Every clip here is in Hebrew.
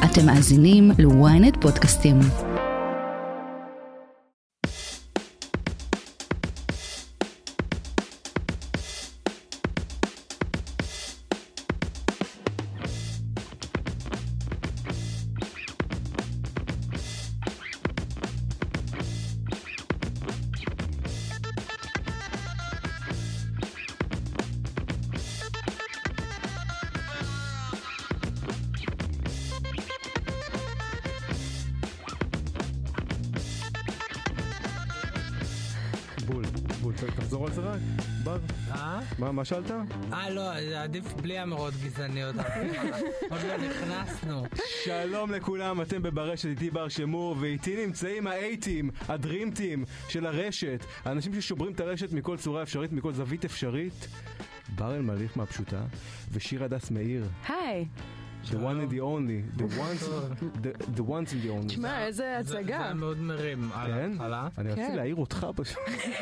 אתם מאזינים ל-ynet פודקאסטים. תחזור על זה רק, בר. מה שאלת? לא, עדיף בלי אמירות גזעניות. עוד לא נכנסנו. שלום לכולם, אתם בברשת, איתי בר שמור, ואיתי נמצאים האייטים, הדרימטים של הרשת, האנשים ששוברים את הרשת מכל צורה אפשרית, מכל זווית אפשרית. בר אלמליך מהפשוטה, ושיר הדס מאיר. היי. The one and the only, the ones and the only. תשמע, איזה הצגה. זה מאוד מרים על ההתחלה. אני רציתי להעיר אותך פשוט.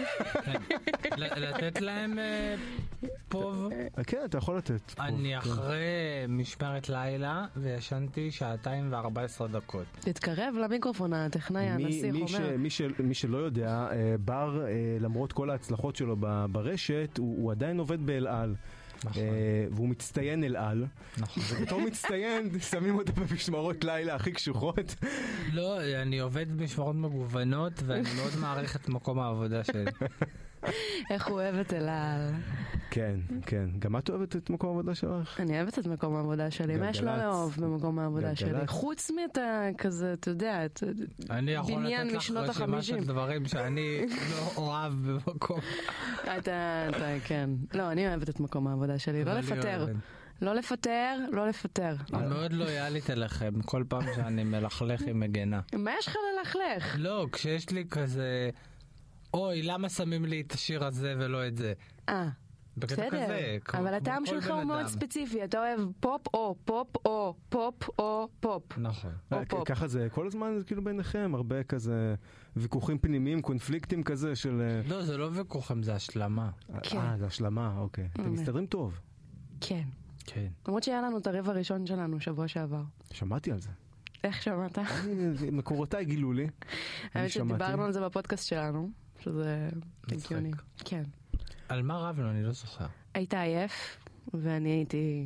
לתת להם פוב. כן, אתה יכול לתת. אני אחרי משמרת לילה וישנתי 2:14 דקות. תתקרב למיקרופון, הטכנאי הנסיך אומר. מי שלא יודע, בר, למרות כל ההצלחות שלו ברשת, הוא עדיין עובד באל-על. והוא מצטיין אל-על, ובתור מצטיין שמים אותו במשמרות לילה הכי קשוחות. לא, אני עובד במשמרות מגוונות ואני מאוד מעריך את מקום העבודה שלי. איך הוא אוהב את אל-על. כן, כן. גם את אוהבת את מקום העבודה שלך? אני אוהבת את מקום העבודה שלי. מה יש לא לאהוב במקום העבודה שלי? חוץ מאתה כזה, אתה יודע, בניין משנות ה-50. רשימה של דברים שאני לא אוהב במקום. אתה, כן. לא, אני אוהבת את מקום העבודה שלי. לא לפטר. לא לפטר, לא לפטר. אני מאוד לויאלית אליכם. כל פעם שאני מלכלך עם מגנה. מה יש לך ללכלך? לא, כשיש לי כזה... אוי, למה שמים לי את השיר הזה ולא את זה? בסדר, אבל הטעם שלך הוא מאוד ספציפי, אתה אוהב פופ או פופ או פופ או פופ. נכון. ככה זה כל הזמן כאילו ביניכם, הרבה כזה ויכוחים פנימיים, קונפליקטים כזה של... לא, זה לא ויכוחים, זה השלמה. זה השלמה, אוקיי. אתם מסתדרים טוב. כן. כן. למרות שהיה לנו את הרבע הראשון שלנו שבוע שעבר. שמעתי על זה. איך שמעת? מקורותיי גילו לי. האמת שדיברנו על זה בפודקאסט שלנו, שזה הגיוני. כן. על מה רבנו? אני לא זוכר. היית עייף, ואני הייתי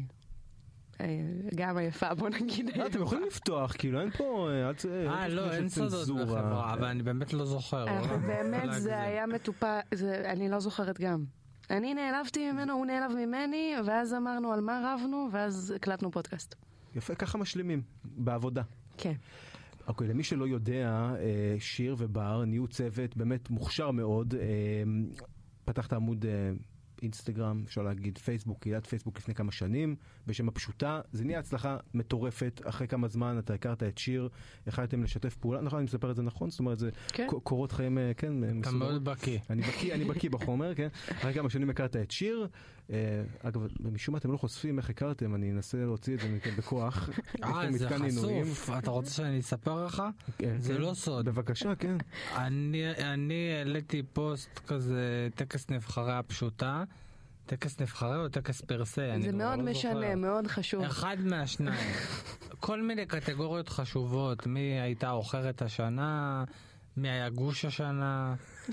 גם עייפה, בוא נגיד. אתם יכולים לפתוח, כאילו אין פה... לא, אין סודות בחברה, אבל אני באמת לא זוכר. באמת זה היה מטופל, אני לא זוכרת גם. אני נעלבתי ממנו, הוא נעלב ממני, ואז אמרנו על מה רבנו, ואז הקלטנו פודקאסט. יפה, ככה משלימים, בעבודה. כן. אוקיי, למי שלא יודע, שיר ובר נהיו צוות באמת מוכשר מאוד. פתחת עמוד אינסטגרם, אפשר להגיד פייסבוק, קהילת פייסבוק לפני כמה שנים, בשם הפשוטה. זה נהיה הצלחה מטורפת. אחרי כמה זמן אתה הכרת את שיר, החלטתם לשתף פעולה. נכון, אני מספר את זה נכון? זאת אומרת, זה קורות חיים, כן. אתה מאוד בקיא. אני בקיא בחומר, כן. אחרי כמה שנים הכרת את שיר. אגב, משום מה אתם לא חושפים איך הכרתם, אני אנסה להוציא את זה בכוח. זה חשוף. אתה רוצה שאני אספר לך? זה לא סוד. בבקשה, כן. אני העליתי פוסט כזה, טקס נבחרי הפשוטה. טקס נבחרי או טקס פרסה? זה מאוד משנה, מאוד חשוב. אחד מהשניים. כל מיני קטגוריות חשובות. מי הייתה אוכרת השנה, מי היה גוש השנה.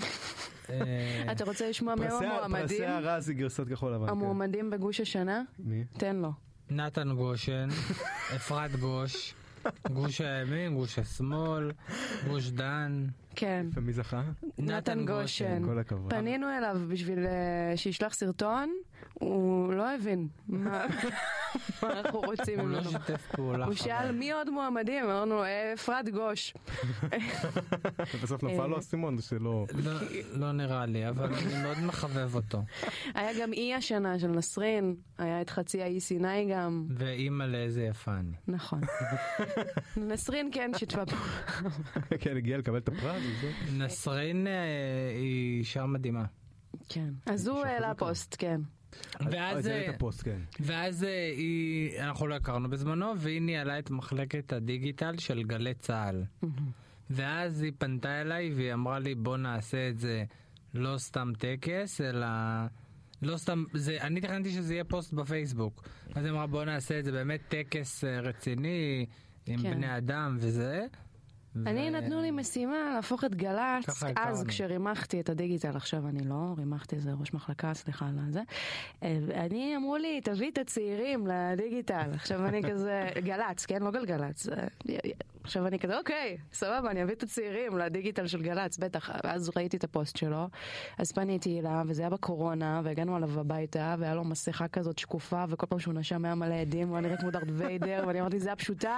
אתה רוצה לשמוע מי המועמדים? פרסי הרז היא גרסת כחול לבן. המועמדים בגוש השנה? מי? תן לו. נתן גושן, אפרת גוש, גוש הימין, גוש השמאל, גוש דן. כן. ומי זכה? נתן גושן. כל הכבוד. פנינו אליו בשביל שישלח סרטון, הוא לא הבין מה אנחנו רוצים ממנו. הוא לא שיתף פעולה. הוא שאל מי עוד מועמדים, אמרנו אפרת גוש. בסוף נפל לו הסימון שלא... לא נראה לי, אבל אני מאוד מחבב אותו. היה גם אי השנה של נסרין, היה את חצי האי סיני גם. ואימא לאיזה יפה אני. נכון. נסרין כן שיתפה פה. כן, הגיע לקבל את הפרס. נסרין היא אישה מדהימה. כן. אז הוא העלה פוסט, כן. ואז אנחנו לא הכרנו בזמנו, והיא ניהלה את מחלקת הדיגיטל של גלי צהל. ואז היא פנתה אליי והיא אמרה לי בוא נעשה את זה לא סתם טקס, אלא לא סתם, אני תכננתי שזה יהיה פוסט בפייסבוק. אז היא אמרה בוא נעשה את זה באמת טקס רציני, עם כן. בני אדם וזה. אני נתנו לי משימה להפוך את גל"צ, ככה אז הכרנו. כשרימחתי את הדיגיטל, עכשיו אני לא, רימחתי איזה ראש מחלקה, סליחה על זה. אני אמרו לי, תביא את הצעירים לדיגיטל. עכשיו אני כזה, גל"צ, כן? לא גלגל"צ. עכשיו אני כזה, אוקיי, סבבה, אני אביא את הצעירים לדיגיטל של גל"צ, בטח. ואז ראיתי את הפוסט שלו, אז פניתי אליו, וזה היה בקורונה, והגענו עליו הביתה, והיה לו מסכה כזאת שקופה, וכל פעם שהוא נשם היה מלא עדים, הוא היה נראה כמו דארת ויידר, ואני אמרתי, זה היה פשוטה.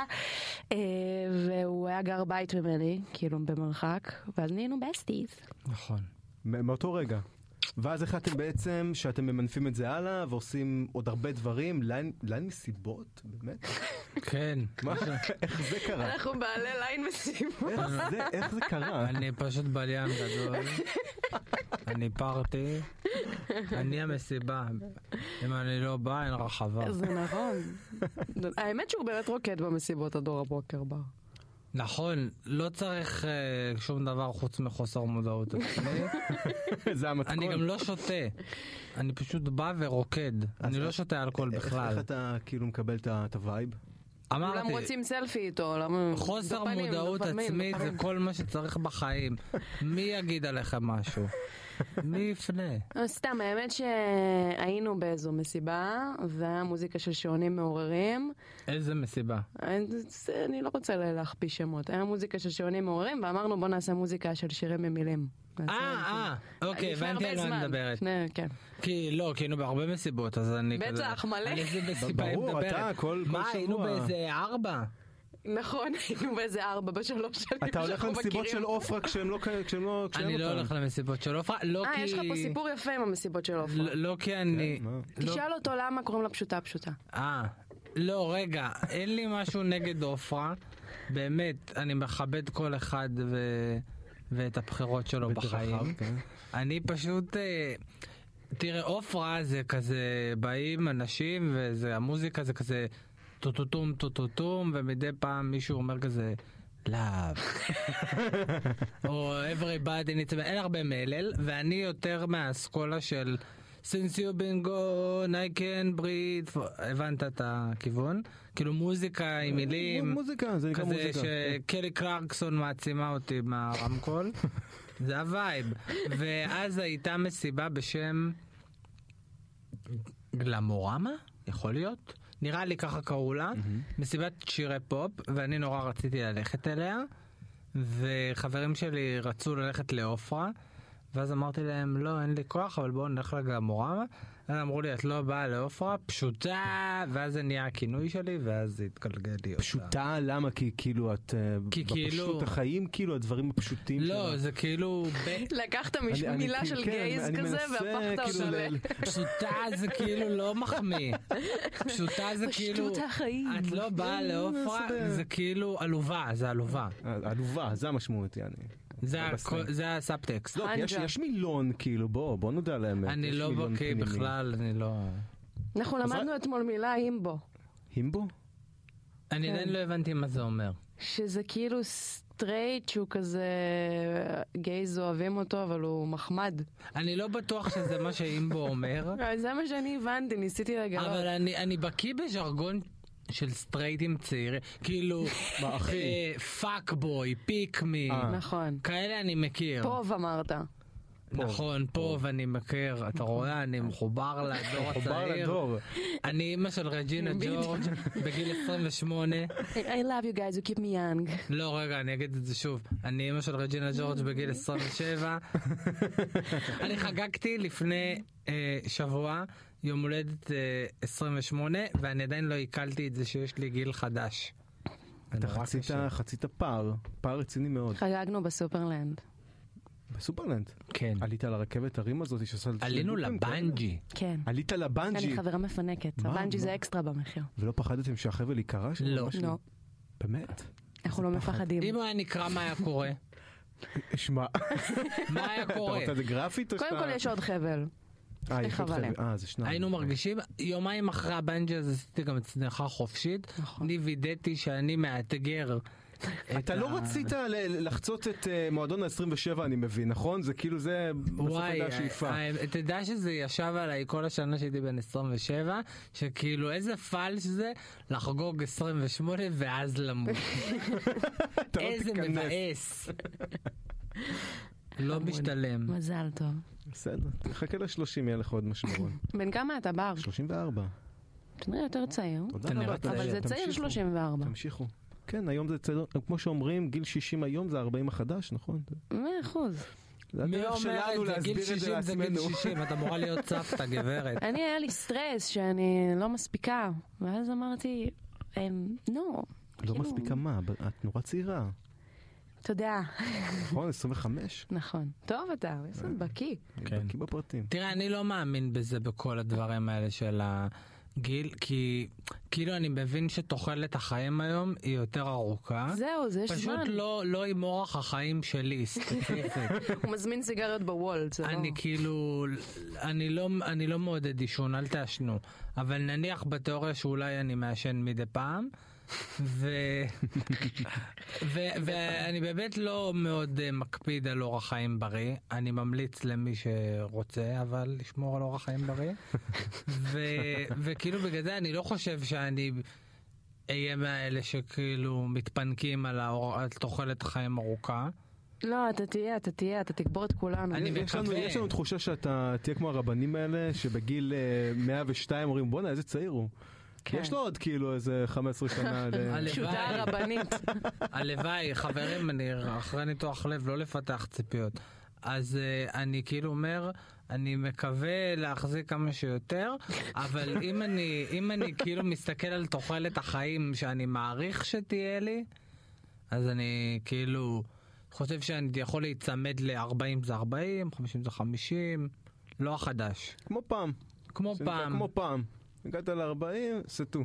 והוא היה גר בית ממני, כאילו במרחק, ואז נהיינו בסטיז. נכון. מאותו רגע. ואז החלטתם בעצם שאתם ממנפים את זה הלאה ועושים עוד הרבה דברים, ליין מסיבות, באמת? כן. איך זה קרה? אנחנו בעלי ליין מסיבות. איך זה קרה? אני פשוט בליין גדול. אני פארטי. אני המסיבה. אם אני לא בא, אין רחבה. זה נכון. האמת שהוא באמת רוקד במסיבות הדור הבוקר בר. נכון, לא צריך שום דבר חוץ מחוסר מודעות עצמית. זה המתכון. אני גם לא שותה. אני פשוט בא ורוקד. אני לא שותה אלכוהול בכלל. איך אתה כאילו מקבל את הווייב? כולם אמרתי, רוצים סלפי איתו. חוסר מודעות עצמית זה כל מה שצריך בחיים. מי יגיד עליכם משהו? מי יפנה? סתם, האמת שהיינו באיזו מסיבה, והיה מוזיקה של שעונים מעוררים. איזה מסיבה? אני לא רוצה להכפיש שמות. היה מוזיקה של שעונים מעוררים, ואמרנו בוא נעשה מוזיקה של שירים ממילים. אוקיי, הבנתי על מה מדברת. כן. כי לא, כי היינו בהרבה מסיבות, אז אני כזה... בטח, מלא. על איזה מסיבה היא ברור, מדברת. אתה כל שבוע. מה, היינו באיזה 4? נכון, היינו באיזה 4 ב3 שנים. אתה הולך למסיבות של אופרה כשהם לא... אני לא הולך למסיבות של אופרה, לא כי... יש לך פה סיפור יפה עם המסיבות של אופרה. לא כי אני... תשאל אותו למה קוראים לה פשוטה פשוטה. לא, רגע, אין לי משהו נגד אופרה. באמת, אני מכבד כל אחד ואת הבחירות שלו בחיים. אני פשוט... תראה, אופרה זה כזה, באים אנשים, והמוזיקה זה כזה טוטוטום, טוטוטום, ומדי פעם מישהו אומר כזה, love. או everybody needs... אין הרבה מלל, ואני יותר מהאסכולה של since you've been gone, I can breathe. הבנת את הכיוון? כאילו מוזיקה עם מילים. מוזיקה, זה נקרא מוזיקה. כזה שקלי קלרקסון מעצימה אותי מהרמקול. זה הווייב. ואז הייתה מסיבה בשם גלמורמה? יכול להיות? נראה לי ככה קראו לה. מסיבת שירי פופ, ואני נורא רציתי ללכת אליה. וחברים שלי רצו ללכת לאופרה. ואז אמרתי להם, לא, אין לי כוח, אבל בואו נלך לגלמורמה. אז אמרו לי, את לא באה לאופרה, פשוטה, ואז זה נהיה הכינוי שלי, ואז זה התגלגל לי. פשוטה? למה? כי כאילו את... בפשוט החיים, כאילו הדברים הפשוטים שלה. לא, זה כאילו... לקחת מילה של גייז כזה, והפכת אותה ל... פשוטה זה כאילו לא מחמיא. פשוטה זה כאילו... פשוט החיים. את לא באה לאופרה, זה כאילו עלובה, זה עלובה. עלובה, זה המשמעות, יעני. זה הסאבטקסט. לא, יש מילון, כאילו, בוא נודע על האמת. אני לא בקיא בכלל, אני לא... אנחנו למדנו אתמול מילה הימבו. הימבו? אני עדיין לא הבנתי מה זה אומר. שזה כאילו סטרייט שהוא כזה גייז אוהבים אותו, אבל הוא מחמד. אני לא בטוח שזה מה שהימבו אומר. זה מה שאני הבנתי, ניסיתי לגלות. אבל אני בקיא בז'רגון של סטרייטים צעירים, כאילו פאק בוי, פיק מי, נכון. כאלה אני מכיר. פוב אמרת. נכון, פוב אני מכיר, אתה רואה, אני מחובר לדור הצעיר. אני אמא של רג'ינה ג'ורג' בגיל 28. I love you guys, you keep me young. לא, רגע, אני אגיד את זה שוב. אני אמא של רג'ינה ג'ורג' בגיל 27. אני חגגתי לפני שבוע יום הולדת 28, ואני עדיין לא עיכלתי את זה שיש לי גיל חדש. אתה חצית פער רציני מאוד. חגגנו בסופרלנד. בסופרלנד? כן. עלית על הרכבת הרים הזאת? עלינו לבנג'י. כן. עלית לבנג'י? אני חברה מפנקת. הבנג'י זה אקסטרה במחיר. ולא פחדתם שהחבל יקרה? לא. לא. באמת? אנחנו לא מפחדים. אם הוא היה נקרא מה היה קורה? שמע. מה היה קורה? אתה רוצה את זה גרפית? קודם כל יש עוד חבל. זה שניים. היינו מרגישים, יומיים אחרי הבנג'י אז עשיתי גם צניחה חופשית. אני וידאתי שאני מאתגר אתה לא רצית לחצות את מועדון ה-27, אני מבין, נכון? זה כאילו זה בסוף הייתה השאיפה. תדע שזה ישב עליי כל השנה שהייתי בן 27, שכאילו איזה פלש זה לחגוג 28 ואז למות. איזה מבאס. לא משתלם. מזל טוב. בסדר, תחכה ל-30, יהיה לך עוד משמעון. בן כמה אתה בר? 34. תנראה יותר צעיר. תודה רבה. אבל זה צעיר 34. תמשיכו. כן, היום זה צעיר, כמו שאומרים, גיל 60 היום זה 40 החדש, נכון? 100%. זה הדרך שלנו להסביר את זה זה גיל 60, אתה אמורה להיות סבתא, גברת. אני היה לי סטרס שאני לא מספיקה, ואז אמרתי, לא. לא מספיקה מה? את נורא צעירה. תודה. נכון, 25. נכון. טוב אתה, איזה בקי. בקי בפרטים. תראה, אני לא מאמין בזה בכל הדברים האלה של הגיל, כי כאילו אני מבין שתוחלת החיים היום היא יותר ארוכה. זהו, זה יש זמן. פשוט לא עם אורח החיים שלי, ספציפית. הוא מזמין סיגריות בוולט, זה לא. אני כאילו, אני לא מעודד עישון, אל תעשנו. אבל נניח בתיאוריה שאולי אני מעשן מדי פעם, ואני באמת לא מאוד מקפיד על אורח חיים בריא. אני ממליץ למי שרוצה אבל לשמור על אורח חיים בריא. וכאילו בגלל זה אני לא חושב שאני אהיה מהאלה שכאילו מתפנקים על תוחלת חיים ארוכה. לא, אתה תהיה, אתה תקבור את כולנו. יש לנו תחושה שאתה תהיה כמו הרבנים האלה שבגיל 102 אומרים בוא'נה איזה צעיר הוא. יש לו עוד כאילו איזה 15 שנה פשוטה רבנית. הלוואי, חברים, אני אחרי ניתוח לב לא לפתח ציפיות. אז אני כאילו אומר, אני מקווה להחזיק כמה שיותר, אבל אם אני כאילו מסתכל על תוחלת החיים שאני מעריך שתהיה לי, אז אני כאילו חושב שאני יכול להיצמד ל-40 זה 40, 50 זה 50, לא החדש. כמו פעם. כמו פעם. הגעת ל-40, סטו.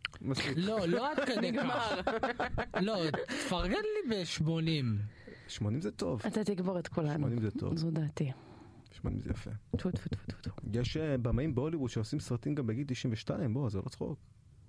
לא עד כדי כך. לא, תפרגן לי ב-80. 80 זה טוב. אתה תגבור את כולנו. 80 זה טוב. זו דעתי. 80 זה יפה. טו. יש במאים בהוליווד שעושים סרטים גם בגיל 92, בוא, זה לא צחוק.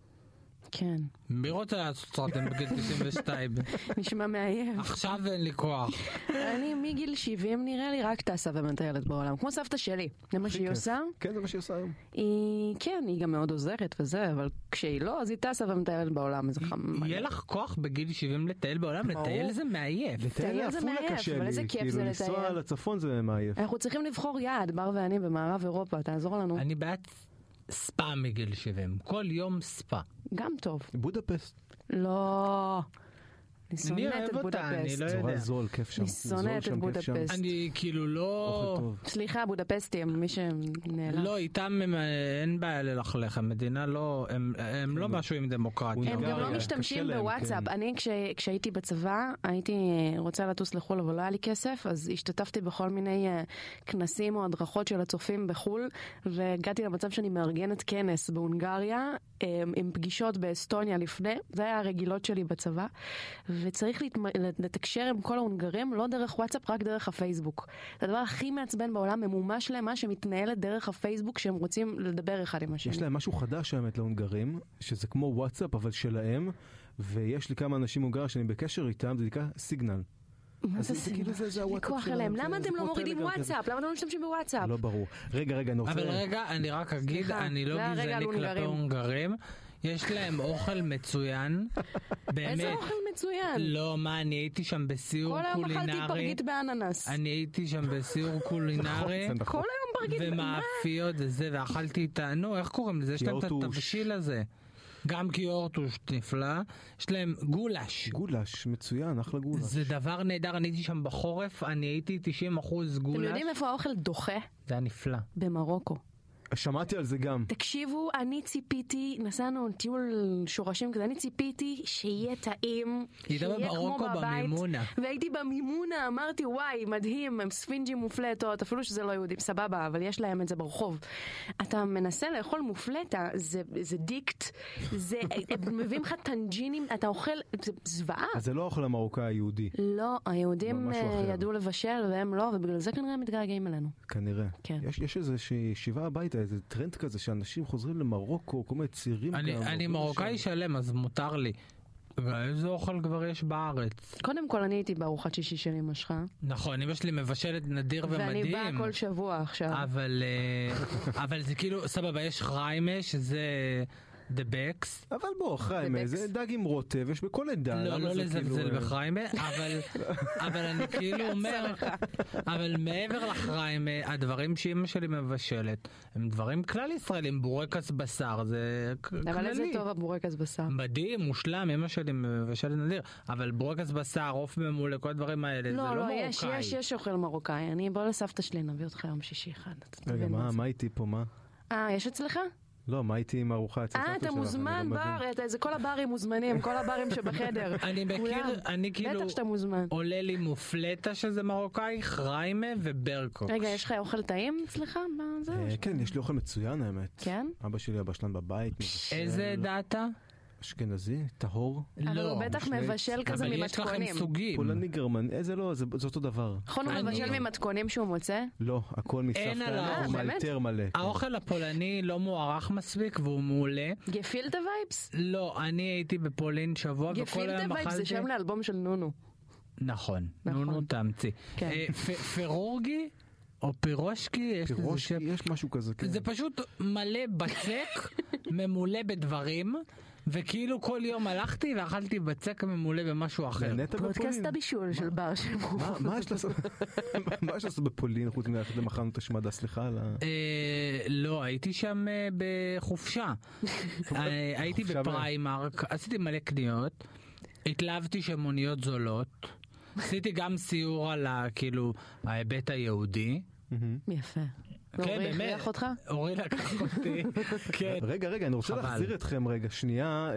כן. מי רוצה לעשות סרטים בגיל 92? נשמע מעייף. עכשיו אין לי כוח. אני מגיל 70 נראה לי רק טסה ומטיילת בעולם, כמו סבתא שלי. זה מה שהיא עושה? כן, זה מה שהיא עושה היום. כן, היא גם מאוד עוזרת וזה, אבל כשהיא לא, אז היא טסה ומטיילת בעולם. יהיה לך כוח בגיל 70 לטייל בעולם? לטייל זה מעייף. לטייל זה מעייף, אבל איזה כיף זה לטייל. לנסוע לצפון זה מעייף. אנחנו צריכים לבחור יעד, בר ואני במערב אירופה, תעזור לנו. אני בעד ספא מגיל 70. כל יום ספא. גם טוב. בודפסט. לא. אני שונאת את בודפסט. אני לא יודע. נורא זול, כיף שם. אני שונאת את בודפסט. אני כאילו לא... סליחה, בודפסטים, מי שנעלם. לא, איתם אין בעיה ללכלך. המדינה לא... הם לא משהו עם דמוקרטיה. הם גם לא משתמשים בוואטסאפ. אני כשהייתי בצבא, הייתי רוצה לטוס לחול, אבל לא היה לי כסף, אז השתתפתי בכל מיני כנסים או הדרכות של הצופים בחול, והגעתי למצב שאני מארגנת כנס בהונגריה, עם פגישות באסטוניה לפני. זה היה הרגילות שלי בצבא. וצריך לתקשר עם כל ההונגרים, לא דרך וואטסאפ, רק דרך הפייסבוק. זה הדבר הכי מעצבן בעולם, ממומש למה שמתנהלת דרך הפייסבוק, שהם רוצים לדבר אחד עם השני. יש להם משהו חדש האמת להונגרים, שזה כמו וואטסאפ, אבל שלהם, ויש לי כמה אנשים הונגר שאני בקשר איתם, זה נקרא סיגנל. מה זה סיגנל? כוח אליהם. למה אתם לא מורידים וואטסאפ? למה אתם לא משתמשים בוואטסאפ? לא ברור. רגע, אני רוצה... אבל רגע, אני רק אגיד, אני לא גזעני כלפי הונגרים. יש להם אוכל מצוין. באמת. איזה אוכל מצוין? לא, מה, אני הייתי שם בסיור קולינרי. כל היום אכלתי פרגית באננס. אני הייתי שם בסיור קולינרי. כל היום פרגית באננס. ומאפיות וזה, ואכלתי איתה, איך קוראים לזה? יש להם את התבשיל הזה. גם קיורטוש נפלא. יש להם גולש. גולש, מצוין, אחלה גולש. זה דבר נהדר, אני הייתי שם בחורף, אני הייתי 90% גולש. אתם יודעים איפה האוכל דוחה? זה היה נפלא. במרוקו. שמעתי על זה גם. תקשיבו, אני ציפיתי, נסענו טיול שורשים כזה, אני ציפיתי שיהיה טעים, שיהיה כמו בבית. והייתי במימונה, אמרתי וואי, מדהים, הם ספינג'ים מופלטות, אפילו שזה לא יהודים, סבבה, אבל יש להם את זה ברחוב. אתה מנסה לאכול מופלטה, זה דיקט, זה מביאים לך טנג'ינים, אתה אוכל, זה זוועה. אז זה לא אוכל המרוקאי היהודי. לא, היהודים ידעו לבשל והם לא, ובגלל זה כנראה מתגעגעים אלינו. כנראה. יש איזושהי שיבה הביתה, איזה טרנד כזה שאנשים חוזרים למרוקו, כל מיני צירים. אני מרוקאי שלם, אז מותר לי. איזה אוכל כבר יש בארץ? קודם כל אני הייתי בארוחת שישי של אמא שלך. נכון, אמא שלי מבשלת נדיר ומדהים. ואני באה כל שבוע עכשיו. אבל זה כאילו, סבבה, יש חיימה, שזה the backs. אבל בוא, חיימה, זה דג עם רוטב, יש בכל עדה. לא לזלזל בחיימה, אבל אני כאילו אומר, אבל מעבר לחיימה, הדברים שאמא שלי מבשלת, הם דברים כלל ישראלים, בורקס בשר, זה כללי. אבל איזה טוב הבורקס בשר. מדהים, מושלם, אמא שלי מבשלת נדיר, אבל בורקס בשר, עוף ממול, כל הדברים האלה, זה לא מרוקאי. יש אוכל מרוקאי, אני בוא לסבתא שלי, נביא אותך יום שישי אחד. רגע, מה איתי פה, מה? יש אצלך? לא, מה איתי עם ארוחה אצל סבתא שלך? אתה מוזמן בר, כל הברים מוזמנים, כל הברים שבחדר. אני מכיר, אני כאילו, בטח שאתה מוזמן. עולה לי מופלטה שזה מרוקאי, חיימה וברקוקס. רגע, יש לך אוכל טעים אצלך? כן, יש לי אוכל מצוין האמת. כן? אבא שלי הבשלן בבית. איזה דעתה? אשכנזי, טהור. אבל הוא בטח מבשל כזה ממתכונים. אבל יש לכם סוגים. פולני גרמני, איזה לא, זה אותו דבר. נכון, הוא מבשל ממתכונים שהוא מוצא? לא, הכל מספטה, הוא מאלתר מלא. האוכל הפולני לא מוערך מספיק והוא מעולה. גפילטה וייבס? לא, אני הייתי בפולין שבוע וכל היום אכלתי. גפילטה וייבס זה שם לאלבום של נונו. נכון, נונו תמצי. פירוגי? או פירושקי, יש משהו כזה. זה פשוט מלא בצק, ממולא בדברים, וכאילו כל יום הלכתי ואכלתי בצק ממולא במשהו אחר. פודקאסט הבישול של בר שמו. מה יש לעשות בפולין חוץ מלכת למחנות השמדה? סליחה על ה... לא, הייתי שם בחופשה. הייתי בפריימרק, עשיתי מלא קניות, התלהבתי שמוניות זולות, עשיתי גם סיור על כאילו ההיבט היהודי. יפה. אורי הכריח אותך? אורי לקח אותי. רגע, אני רוצה להחזיר אתכם רגע שנייה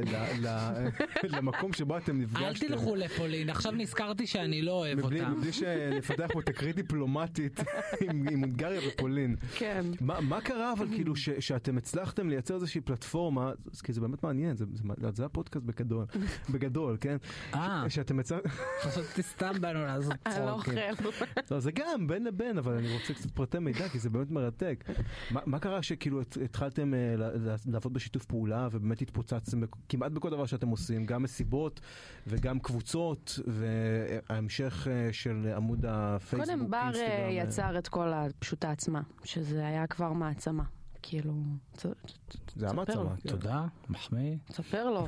למקום שבו אתם נפגשתם. אל תלכו לפולין, עכשיו נזכרתי שאני לא אוהב אותם. מבלי שנפתח פה תקרית דיפלומטית עם הונגריה ופולין. כן. מה קרה אבל כאילו שאתם הצלחתם לייצר איזושהי פלטפורמה, כי זה באמת מעניין, זה הפודקאסט בגדול, כן? שאתם הצלחתם... חשבתי סתם באנו לעשות צחוקים. לא, זה גם בין לבין, אבל אני רוצה קצת פרטי מידע, כי זה באמת מרתק. מה קרה שכאילו התחלתם לעבוד בשיתוף פעולה ובאמת התפוצצתם כמעט בכל דבר שאתם עושים, גם מסיבות וגם קבוצות וההמשך של עמוד הפייסבוק, קודם בר יצר את כל פשוט העצמה, שזה היה כבר מעצמה. כאילו... זה המעצמה. תודה, מחמיא. תספר לו.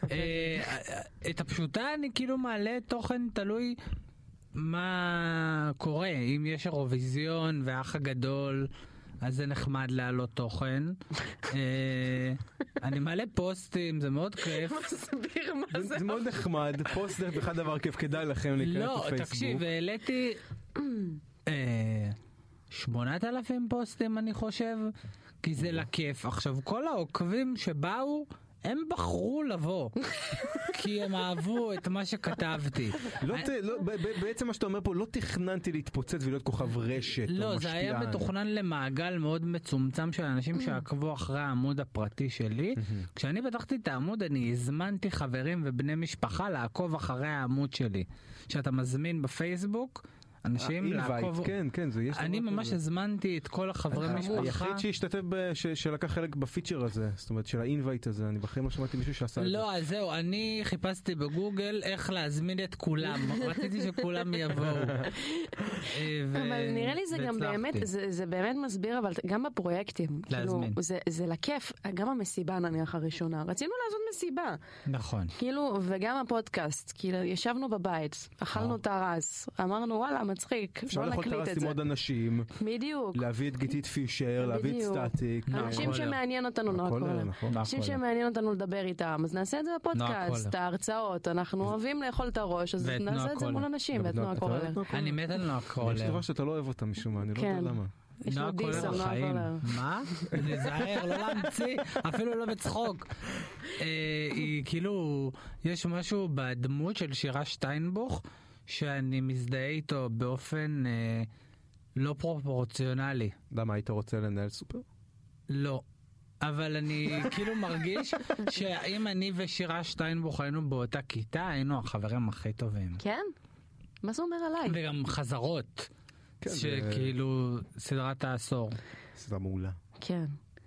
את הפשוטה אני כאילו מעלה תוכן תלוי מה קורה, אם יש אירוויזיון והאח הגדול, אז זה נחמד להעלות תוכן. אני מעלה פוסטים, זה מאוד כיף. מסביר מה זה. זה מאוד נחמד, פוסט זה בכלל דבר כיף, כדאי לכם להיכנס לפייסבוק. לא, תקשיב, העליתי 8,000 פוסטים אני חושב, כי זה לכיף. עכשיו כל העוקבים שבאו, הם בחרו לבוא, כי הם אהבו את מה שכתבתי. בעצם מה שאתה אומר פה, לא תכננתי להתפוצץ ולהיות כוכב רשת. לא, זה היה מתוכנן למעגל מאוד מצומצם של אנשים שעקבו אחרי העמוד הפרטי שלי. כשאני פתחתי את העמוד, אני הזמנתי חברים ובני משפחה לעקוב אחרי העמוד שלי. שאתה מזמין בפייסבוק, אנשים לעקוב... כן, זה יש... אני ממש הזמנתי את כל החברי משפחה. היחיד שהשתתף, שלקח חלק בפיצ'ר הזה, זאת אומרת של האינווייט הזה, אני בחיים לא שמעתי מישהו שעשה את זה. לא, אז זהו, אני חיפשתי בגוגל איך להזמין את כולם, רציתי שכולם יבואו. אבל נראה לי זה גם באמת, זה באמת מסביר, אבל גם בפרויקטים, זה לכיף, גם המסיבה נניח הראשונה, רצינו לעשות מסיבה. נכון. כאילו, וגם הפודקאסט, כאילו, ישבנו בבית, אכלנו טרס, אמרנו וואלה, מצחיק, אפשר לאכול טרס עם עוד אנשים, בדיוק, להביא את גיתית פישר, להביא את סטטיק, אנשים שמעניין אותנו אנשים שמעניין אותנו לדבר איתם, אז נעשה את זה בפודקאסט, ההרצאות, אנחנו אוהבים לאכול את הראש, אז נעשה את זה מול אנשים ואת נועה קולר. אני מת על נועה קולר. יש דבר שאתה לא אוהב אותה משום מה, אני לא יודע למה. נועה קולר בחיים. מה? נזהר, לא להמציא, אפילו לא בצחוק. היא כאילו, יש משהו בדמות של שירה שטיינבוך שאני מזדהה איתו באופן לא פרופורציונלי. למה, היית רוצה לנהל סופר? לא. אבל אני כאילו מרגיש שאם אני ושירה שטיינבוך היינו באותה כיתה, היינו החברים הכי טובים. כן? מה זה אומר עליי? וגם חזרות, שכאילו סדרת העשור. סדרה מעולה. כן.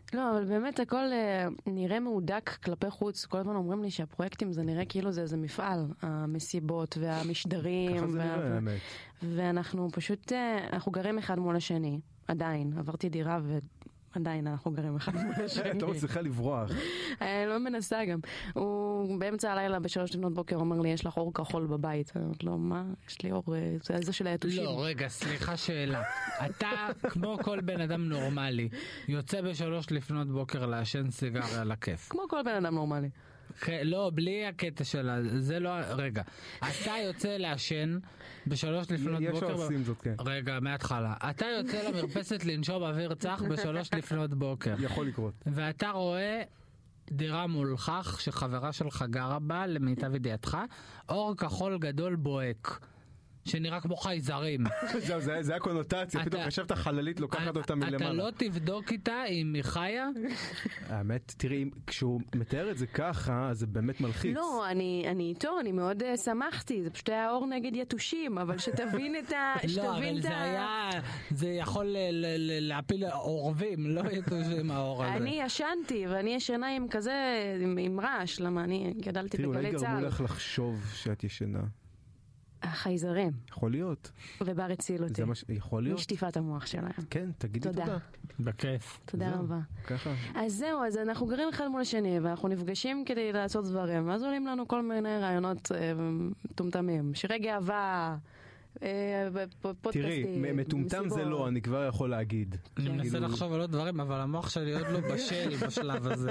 לא, אבל באמת הכל נראה מעודק כלפי חוץ. כל הזמן אומרים לי שהפרויקטים זה נראה כאילו זה איזה מפעל, המסיבות והמשדרים. ככה זה נראה, האמת. ואנחנו פשוט, אנחנו גרים אחד מול השני, עדיין. עברתי דירה ועדיין אנחנו גרים אחד מול השני. אתה מצליחה לברוח. לא מנסה גם. הוא באמצע הלילה ב3:00 אומר לי, יש לך אור כחול בבית. אני אומרת לו, מה? יש לי אור, זה של היתושים. לא, רגע, סליחה שאלה. אתה, כמו כל בן אדם נורמלי, יוצא ב3:00 לעשן סיגריה על הכיף. כמו כל בן אדם נורמלי. לא, בלי הקטע שלה, זה לא, רגע. אתה יוצא לעשן ב3:00 יש שעושים זאת, כן. רגע, מההתחלה. אתה יוצא למרפסת לנשום אוויר צח ב3:00. יכול לקרות. ואתה רואה דירה מולך שחברה שלך גרה בה, למיטב ידיעתך, אור כחול גדול בוהק. שנראה כמו חייזרים. זה הקונוטציה, פתאום חשבת חללית לוקחת אותה מלמעלה. אתה לא תבדוק איתה אם היא חיה? האמת, תראי, כשהוא מתאר את זה ככה, אז זה באמת מלחיץ. לא, אני איתו, אני מאוד שמחתי, זה פשוט היה אור נגד יתושים, אבל שתבין את ה... לא, אבל זה היה, זה יכול להפיל עורבים, לא יתושים האור הזה. אני ישנתי, ואני ישנה עם כזה, עם רעש, למה אני גדלתי בגלי צהל. תראי, אולי גרמו לך לחשוב שאת ישנה. החייזרים. יכול להיות. ובר הציל אותי. יכול להיות. משטיפת המוח שלהם. כן, תגידי תודה. בכיף. תודה רבה. ככה. אז זהו, אז אנחנו גרים אחד מול השני, ואנחנו נפגשים כדי לעשות דברים, ואז עולים לנו כל מיני רעיונות מטומטמים. שירי גאווה, פודקאסטים. תראי, מטומטם זה לא, אני כבר יכול להגיד. אני מנסה לחשוב על עוד דברים, אבל המוח שלי עוד לא בשל בשלב הזה.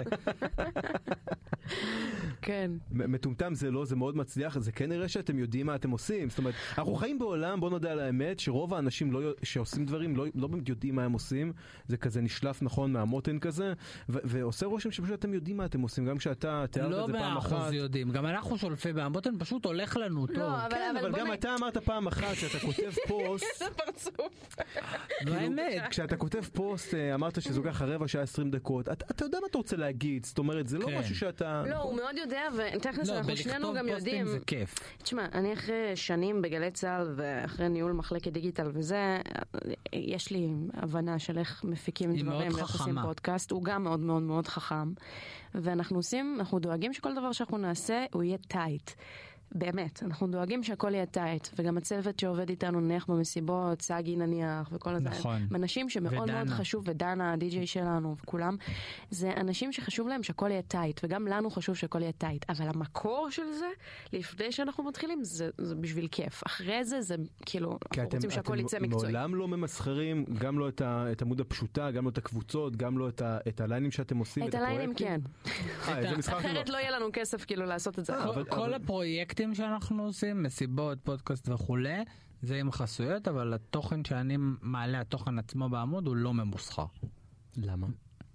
כן. מטומטם זה לא, זה מאוד מצליח, זה כן נראה שאתם יודעים מה אתם עושים. זאת אומרת, אנחנו חיים בעולם, בוא נודע על האמת, שרוב האנשים שעושים דברים לא באמת יודעים מה הם עושים, זה כזה נשלף נכון מהמותן כזה, ועושה רושם שפשוט אתם יודעים מה אתם עושים, גם כשאתה תיארת את זה פעם אחת. לא 100% יודעים, גם אנחנו שולפי מהמותן, פשוט הולך לנו טוב. כן, אבל גם אתה אמרת פעם אחת שאתה כותב פוסט, איזה פרצוף. באמת. כשאתה כותב פוסט, אמרת שזה לוקח 15 שעה 20 דקות, אתה יודע מה אתה רוצה להגיד, זאת אומרת, זה לא משהו שאתה... לא, הוא מאוד יודע, ותכלס אנחנו שנינו גם יודעים. זה כיף. תשמע, אני אחרי שנים בגלי צהל ואחרי ניהול מחלקת דיגיטל וזה, יש לי הבנה של איך מפיקים דברים, איך עושים פודקאסט, הוא גם מאוד מאוד מאוד חכם, ואנחנו דואגים שכל דבר שאנחנו נעשה, הוא יהיה טייט. באמת, אנחנו דואגים שהכל יהיה טייט, וגם הצוות שעובד איתנו נניח במסיבות, סגי נניח, וכל הזה. נכון. אנשים שמאוד מאוד חשוב, ודנה, הדי-ג'יי שלנו, וכולם, זה אנשים שחשוב להם שהכל יהיה טייט, וגם לנו חשוב שהכל יהיה טייט, אבל המקור של זה, לפני שאנחנו מתחילים, זה בשביל כיף. אחרי זה, זה כאילו, אנחנו רוצים שהכל יצא מקצועי. מעולם לא ממסחרים, גם לא את עמוד הפשוטה, גם לא את הקבוצות, גם לא את הליינים שאתם עושים, את הליינים כן. אחרת לא יהיה לנו כסף כאילו לעשות את זה. כל הפרויקטים שאנחנו עושים, מסיבות, פודקאסט וכולי, זה עם חסויות, אבל התוכן שאני מעלה, התוכן עצמו בעמוד, הוא לא ממוסחר. למה?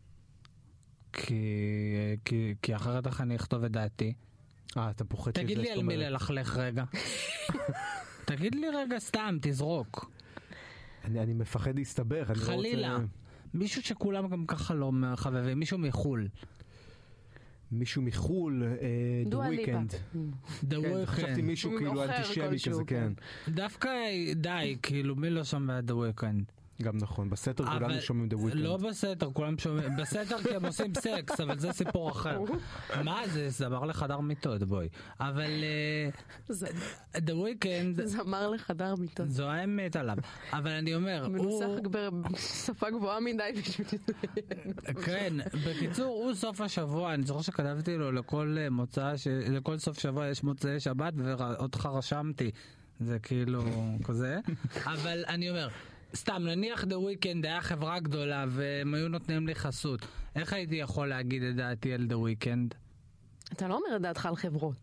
כי אחרת איך אני אכתוב את דעתי. אתה פוחד שזה... תגיד לי על מי ללכלך רגע. תגיד לי רגע סתם, תזרוק. אני מפחד להסתבך. חלילה. מישהו שכולם גם ככה לא חבבים, מישהו מחול. מישהו מחול, The Weeknd. The Weeknd. חשבתי מישהו כאילו אנטישמי כזה, כן. דווקא די, כאילו מי לא שומע The Weeknd? גם נכון, בסתר כולנו שומעים The Weeknd. לא בסתר, כולם שומעים, בסתר כי הם עושים סקס, אבל זה סיפור אחר. מה זה? זמר לחדר מיטות, בואי. אבל The Weeknd... זמר לחדר מיטות. זו האמת עליו. אבל אני אומר, מנוסח בשפה גבוהה מדי בשביל זה. כן, בקיצור, הוא סוף השבוע, אני זוכר שכתבתי לו לכל סוף שבוע יש מוצאי שבת, ואותך רשמתי. זה כאילו כזה. אבל אני אומר... סתם, נניח The Weeknd היה חברה גדולה והם היו נותנים לי חסות. איך הייתי יכול להגיד את דעתי על The Weeknd? אתה לא אומר את דעתך על חברות.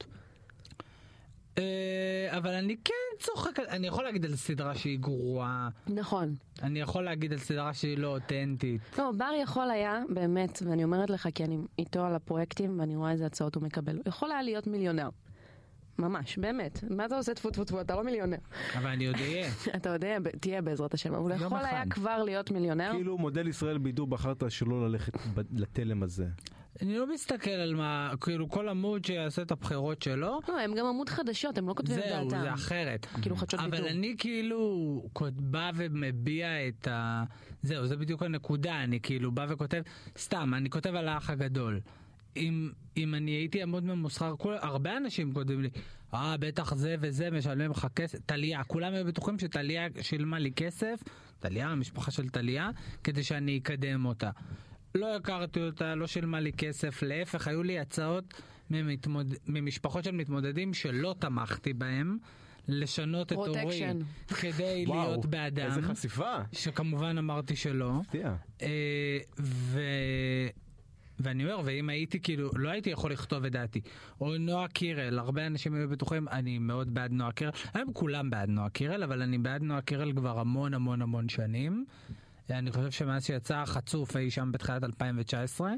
אבל אני כן צוחק, אני יכול להגיד על סדרה שהיא גרועה. נכון. אני יכול להגיד על סדרה שהיא לא אותנטית. לא, בר יכול היה, באמת, ואני אומרת לך כי אני איתו על הפרויקטים ואני רואה איזה הצעות הוא מקבל. הוא יכול היה להיות מיליונר. ממש, באמת. מה אתה עושה טפו טפו טפו? אתה לא מיליונר. אבל אני עוד אהיה. אתה עוד תהיה בעזרת השם. הוא יכול היה כבר להיות מיליונר. כאילו מודל ישראל בידור בחרת שלא ללכת לתלם הזה. אני לא מסתכל על מה, כאילו כל עמוד שיעשה את הבחירות שלו. לא, הם גם עמוד חדשות, הם לא כותבים דעתם. זהו, זה אחרת. כאילו חדשות בידור. אבל אני כאילו בא ומביע את ה... זהו, זה בדיוק הנקודה, אני כאילו בא וכותב, סתם, אני כותב על האח הגדול. אם אני הייתי עמוד ממוסחר, הרבה אנשים כותבים לי, בטח זה וזה, משלמים לך כסף, תליה, כולם היו בטוחים שתליה שילמה לי כסף, תליה, המשפחה של תליה, כדי שאני אקדם אותה. לא הכרתי אותה, לא שילמה לי כסף, להפך, היו לי הצעות ממשפחות של מתמודדים שלא תמכתי בהם, לשנות את אורי כדי להיות באדם. איזה חשיפה. שכמובן אמרתי שלא. ואני אומר, ואם הייתי כאילו, לא הייתי יכול לכתוב את דעתי. או נועה קירל, הרבה אנשים היו בטוחים, אני מאוד בעד נועה קירל. הם כולם בעד נועה קירל, אבל אני בעד נועה קירל כבר המון המון המון שנים. אני חושב שמאז שיצא חצוף אי שם בתחילת 2019,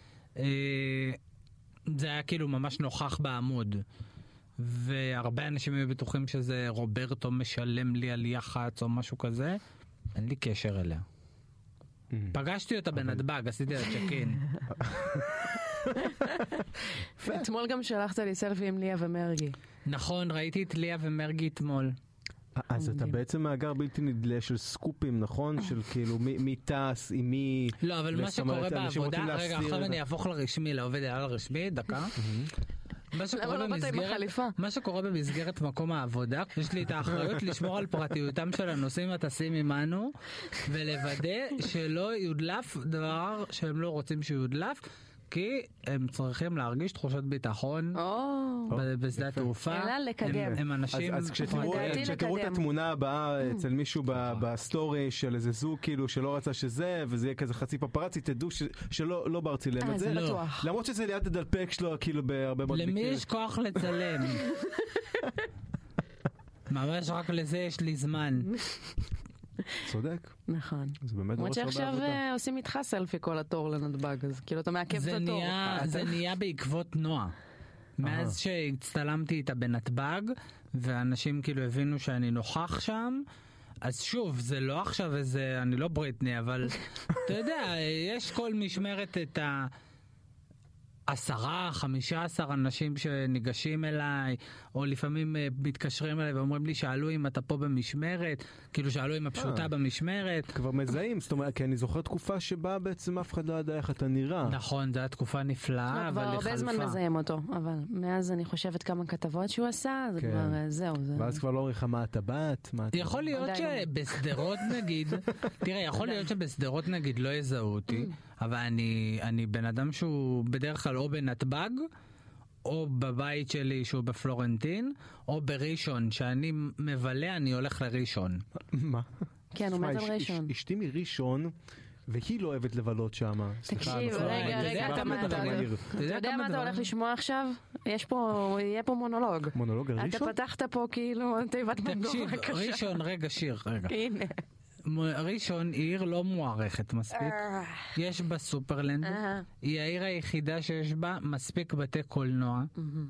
זה היה כאילו ממש נוכח בעמוד. והרבה אנשים היו בטוחים שזה רוברטו משלם לי על יח"צ או משהו כזה. אין לי קשר אליה. פגשתי אותה בנתב"ג, עשיתי לה צ'קין. אתמול גם שלחת לי סלפי עם ליה ומרגי. נכון, ראיתי את ליה ומרגי אתמול. אז אתה בעצם מאגר בלתי נדלה של סקופים, נכון? של כאילו מי טס, עם מי... לא, אבל מה שקורה בעבודה... רגע, עכשיו אני אהפוך לרשמי, לעובד על הרשמי, דקה. מה שקורה במסגרת מקום העבודה, יש לי את האחריות לשמור על פרטיותם של הנוסעים הטסים עמנו, ולוודא שלא יודלף דבר שהם לא רוצים שיודלף, כי הם צריכים להרגיש תחושות ביטחון בשדה התעופה. אלא לקדם. הם אנשים... אז כשתראו את התמונה הבאה אצל מישהו בסטורי של איזה זוג כאילו שלא רצה שזה, וזה יהיה כזה חצי פפרצי, תדעו שלא בר צילם את זה. למרות שזה ליד הדלפק שלו כאילו בהרבה מאוד מקרים. למי יש כוח לצלם? ממש רק לזה יש לי זמן. צודק. נכון. למרות שעכשיו עושים איתך סלפי כל התור לנתב"ג, אז כאילו אתה מעכב את התור. זה נהיה בעקבות נועה. מאז שהצטלמתי איתה בנתב"ג, ואנשים כאילו הבינו שאני נוכח שם, אז שוב, זה לא עכשיו איזה, אני לא בריטני, אבל אתה יודע, יש כל משמרת את 10-15 אנשים שניגשים אליי, או לפעמים מתקשרים אליי ואומרים לי, שאלו אם אתה פה במשמרת, כאילו שאלו אם הפשוטה במשמרת. כבר מזהים, זאת אומרת, כי אני זוכר תקופה שבה בעצם אף אחד לא ידע איך אתה נראה. נכון, זו הייתה תקופה נפלאה, אבל היא חלפה. כבר הרבה זמן מזהים אותו, אבל מאז אני חושבת כמה כתבות שהוא עשה, זה כבר זהו. ואז כבר לא עריכה מה אתה בת. יכול להיות שבסדרות נגיד, תראה, יכול להיות שבסדרות נגיד לא יזהו אותי, אבל אני בן אדם שהוא בדרך כלל או בנתב"ג, או בבית שלי שהוא בפלורנטין, או בראשון, שאני מבלה, אני הולך לראשון. מה? כן, הוא מת על ראשון. אשתי מראשון, והיא לא אוהבת לבלות שם. תקשיב, רגע, אתה יודע מה אתה הולך לשמוע עכשיו? יהיה פה מונולוג. מונולוג על ראשון? אתה פתחת פה כאילו תיבת מנדור. תקשיב, ראשון, רגע, שיר, רגע. הנה. ראשון היא עיר לא מוערכת מספיק. יש בה סופרלנד. היא העיר היחידה שיש בה מספיק בתי קולנוע.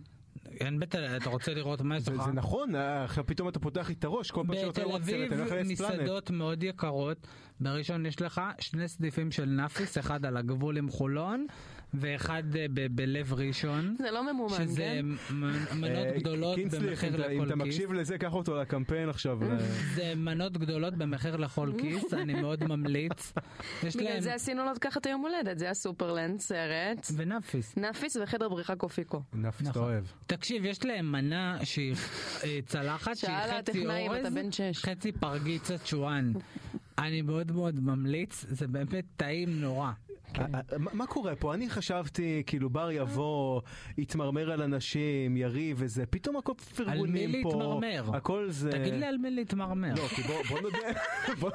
אתה רוצה לראות מה יש לך? זה נכון, עכשיו פתאום אתה פותח לי את הראש, כל פעם שאתה רואה סרט, אני הולך לאספלנט. מסעדות מאוד יקרות. בראשון יש לך 2 סניפים של נאפיס, אחד על הגבול עם חולון, ואחד בלב ראשון. זה לא ממומן, כן? שזה מנות גדולות במחיר לכל כיס. אם אתה מקשיב לזה, קח אותו לקמפיין עכשיו. זה מנות גדולות במחיר לכל כיס, אני מאוד ממליץ. בגלל זה עשינו לו ככה את היום הולדת, זה היה סופרלנד, סרט. ונאפיס. נאפיס וחדר בריחה קופיקו. נאפיס אתה אוהב. תקשיב, יש להם מנה שהיא צלחת, שהיא חצי אורז, חצי פרגיצת שואן. אני מאוד מאוד ממליץ, זה באמת טעים נורא. מה קורה פה? אני חשבתי כאילו בר יבוא, יתמרמר על אנשים, יריב וזה, פתאום הכל פרגונים פה. על מי להתמרמר? הכל זה... תגיד לי על מי להתמרמר. לא, כי בוא נודה...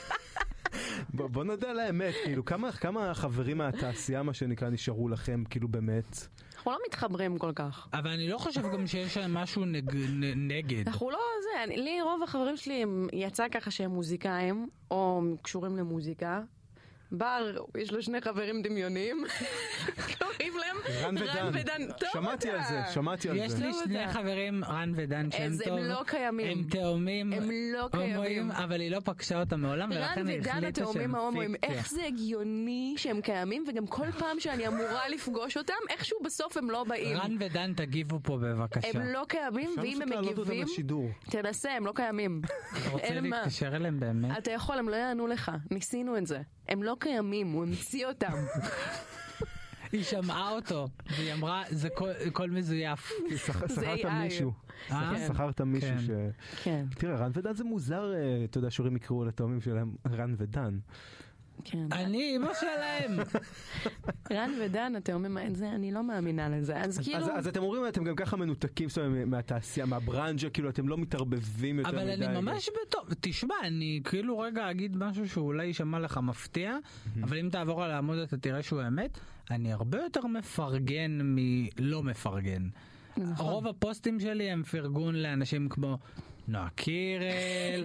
בוא נודה על האמת, כאילו כמה חברים מהתעשייה מה שנקרא נשארו לכם כאילו באמת? אנחנו לא מתחברים כל כך. אבל אני לא חושב גם שיש משהו נגד. אנחנו לא זה, לי רוב החברים שלי יצא ככה שהם מוזיקאים או קשורים למוזיקה. בר, יש לו שני חברים דמיוניים, קוראים להם רן ודן. שמעתי על זה. יש לי שני חברים, רן ודן, שהם טוב. הם לא קיימים. הם תאומים. הם לא קיימים. אבל היא לא פגשה אותם מעולם, ולכן היא החליטה שהם פיקציה. רן ודן התאומים ההומואים, איך זה הגיוני שהם קיימים, וגם כל פעם שאני אמורה לפגוש אותם, איכשהו בסוף הם לא באים. רן ודן תגיבו פה בבקשה. הם לא קיימים, ואם הם מגיבים, תנסה, הם לא קיימים. אתה רוצה להתקשר אליהם באמת? אתה יכול, הם לא יענו לך. ניסינו את זה. הם לא קיימים, הוא המציא אותם. היא שמעה אותו, והיא אמרה, זה כל מזויף. שכרת מישהו. שכרת מישהו ש... כן. תראה, רן ודן זה מוזר, אתה יודע, שורים יקראו לתאומים שלהם רן ודן. כן. אני אמא שלהם. רן ודן, התאומים, אני לא מאמינה לזה. אז כאילו... אז אתם אומרים, אתם גם ככה מנותקים מהתעשייה, מהברנג'ה, כאילו אתם לא מתערבבים יותר מדי. אבל אני ממש בטוב. תשמע, אני כאילו רגע אגיד משהו שאולי יישמע לך מפתיע, אבל אם תעבור על העמוד אתה תראה שהוא אמת, אני הרבה יותר מפרגן מלא מפרגן. רוב הפוסטים שלי הם פרגון לאנשים כמו נועה קירל,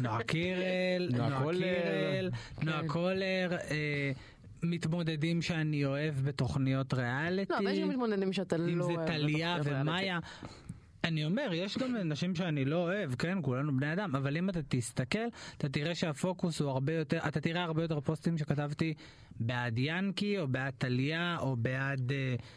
נועה קולר, מתמודדים שאני אוהב בתוכניות ריאליטי. לא, אבל יש מתמודדים שאתה לא אוהב. אם זה טליה ומאיה. אני אומר, יש גם אנשים שאני לא אוהב, כן, כולנו בני אדם, אבל אם אתה תסתכל, אתה תראה שהפוקוס הוא הרבה יותר, אתה תראה הרבה יותר פוסטים שכתבתי בעד ינקי, או בעד טליה, או בעד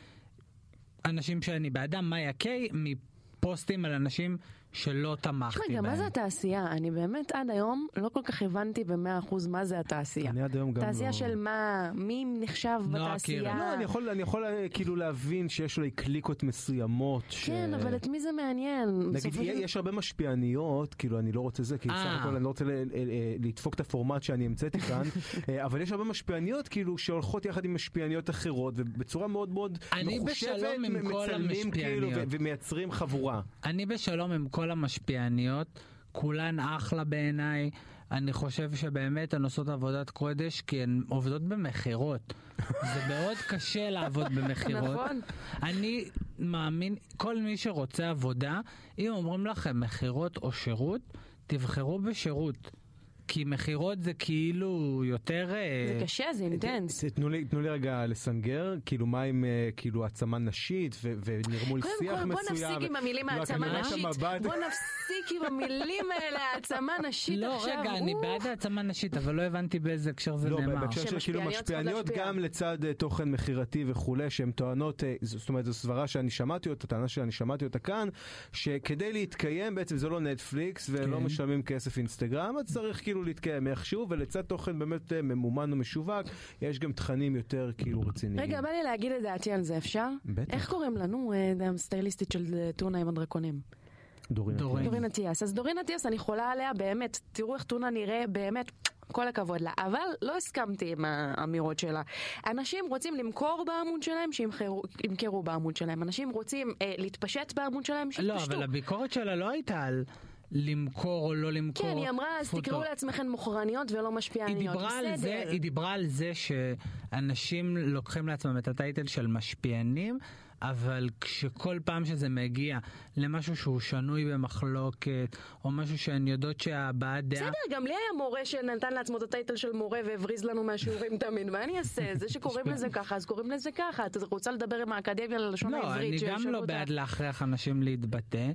אנשים שאני בעדם, מאיה קיי, מפוסטים על אנשים שלא תמכתי בהם. גם מה זה התעשייה? אני באמת עד היום לא כל כך הבנתי ב100% מה זה התעשייה. אני עד היום גם תעשייה של מה? מי נחשב בתעשייה? לא, אני יכול כאילו להבין שיש אולי קליקות מסוימות. כן, אבל את מי זה מעניין? נגיד, יש הרבה משפיעניות, כאילו אני לא רוצה זה, כי סך הכל אני לא רוצה לדפוק את הפורמט שאני המצאתי כאן, אבל יש הרבה משפיעניות כאילו שהולכות יחד עם משפיעניות אחרות, ובצורה מאוד מאוד מחושבת, מצלמים כאילו ומייצרים חבורה. אני בשלום עם כל המשפיעניות, כולן אחלה בעיניי. אני חושב שבאמת הן עושות עבודת קודש, כי הן עובדות במחירות. זה מאוד קשה לעבוד במחירות. נכון. אני מאמין, כל מי שרוצה עבודה, אם אומרים לכם מחירות או שירות, תבחרו בשירות. כי מחירות זה כאילו יותר... זה קשה, זה אינטנס. תנו לי רגע לסנגר, כאילו מה עם כאילו עצמה נשית ונרמול שיח מסוים. בוא נפסיק עם המילים העצמה נשית. בוא נפסיק עם המילים האלה, העצמה נשית עכשיו. לא, רגע, אני בעד העצמה נשית, אבל לא הבנתי באיזה הקשר זה נאמר. לא, בהקשר של כאילו משפיעניות גם לצד תוכן מחירתי וכולי, שהן טוענות, זאת אומרת, זו סברה שאני שמעתי אותה, טענה שאני שמעתי אותה כאן, שכדי להתקיים בעצם זה לא נטפליקס ולא משלמים כסף אינסטגרם, אז צריך כאילו להתקיים איכשהו, ולצד תוכן באמת ממומן ומשווק, יש גם תכנים יותר כאילו רציניים. רגע, בא לי להגיד את דעתי על זה, אפשר? בטח. איך קוראים לנו, סטייליסטית של טונה עם הדרקונים? דורין אטיאס. אז דורין אטיאס, אני חולה עליה באמת, תראו איך טונה נראה באמת, כל הכבוד לה, אבל לא הסכמתי עם האמירות שלה. אנשים רוצים למכור בעמוד שלהם, שימכרו בעמוד שלהם. אנשים רוצים להתפשט בעמוד שלהם, שיתפשטו. לא, אבל הביקורת שלה לא הייתה על למכור או לא למכור. כן, היא אמרה, אז תקראו לעצמכם מוכרניות ולא משפיעניות. היא דיברה על זה שאנשים לוקחים לעצמם את הטייטל של משפיענים, אבל כשכל פעם שזה מגיע למשהו שהוא שנוי במחלוקת, או משהו שאני יודעת שהבעת דעה... בסדר, גם לי היה מורה שנתן לעצמו את הטייטל של מורה והבריז לנו מהשיעורים תמיד, מה אני אעשה? זה שקוראים לזה ככה, אז קוראים לזה ככה. אתה רוצה לדבר עם האקדמיה ללשון העברית? לא, אני גם לא בעד להכריח אנשים להתבטא.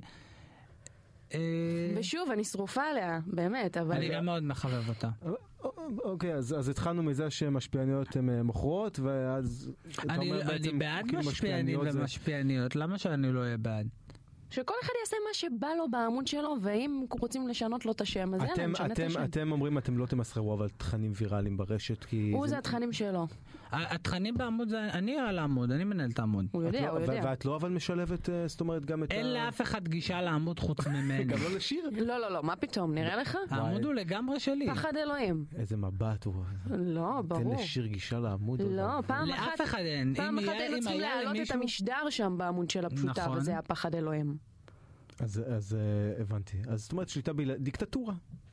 ושוב, אני שרופה עליה, באמת, אבל... אני גם מאוד מחבב אותה. אוקיי, אז התחלנו מזה שמשפיעניות הן מוכרות, ואז... אני בעד משפיענים ומשפיעניות, למה שאני לא אהיה בעד? שכל אחד יעשה מה שבא לו בעמוד שלו, ואם רוצים לשנות לו את השם, אז יאללה, נשנה את השם. אתם אומרים, אתם לא תמסחרו, אבל תכנים ויראליים ברשת, כי... זה התכנים שלו. התכנים בעמוד זה... אני על העמוד, אני מנהל את העמוד. הוא יודע. ואת לא אבל משלבת, זאת אומרת, גם את ה... אין לאף אחד גישה לעמוד חוץ ממני. גם לא לשיר? לא, מה פתאום, נראה לך? העמוד הוא לגמרי שלי. פחד אלוהים. איזה מבט הוא... לא, ברור. תן לשיר גישה לעמוד. לא, לאף אחד אין. פעם אחת הם רצו להעלות את המשדר שם בעמוד של הפשוטה, וזה היה פחד אלוהים. אז הבנתי. אז זאת אומרת, שליטה דיקטטורה.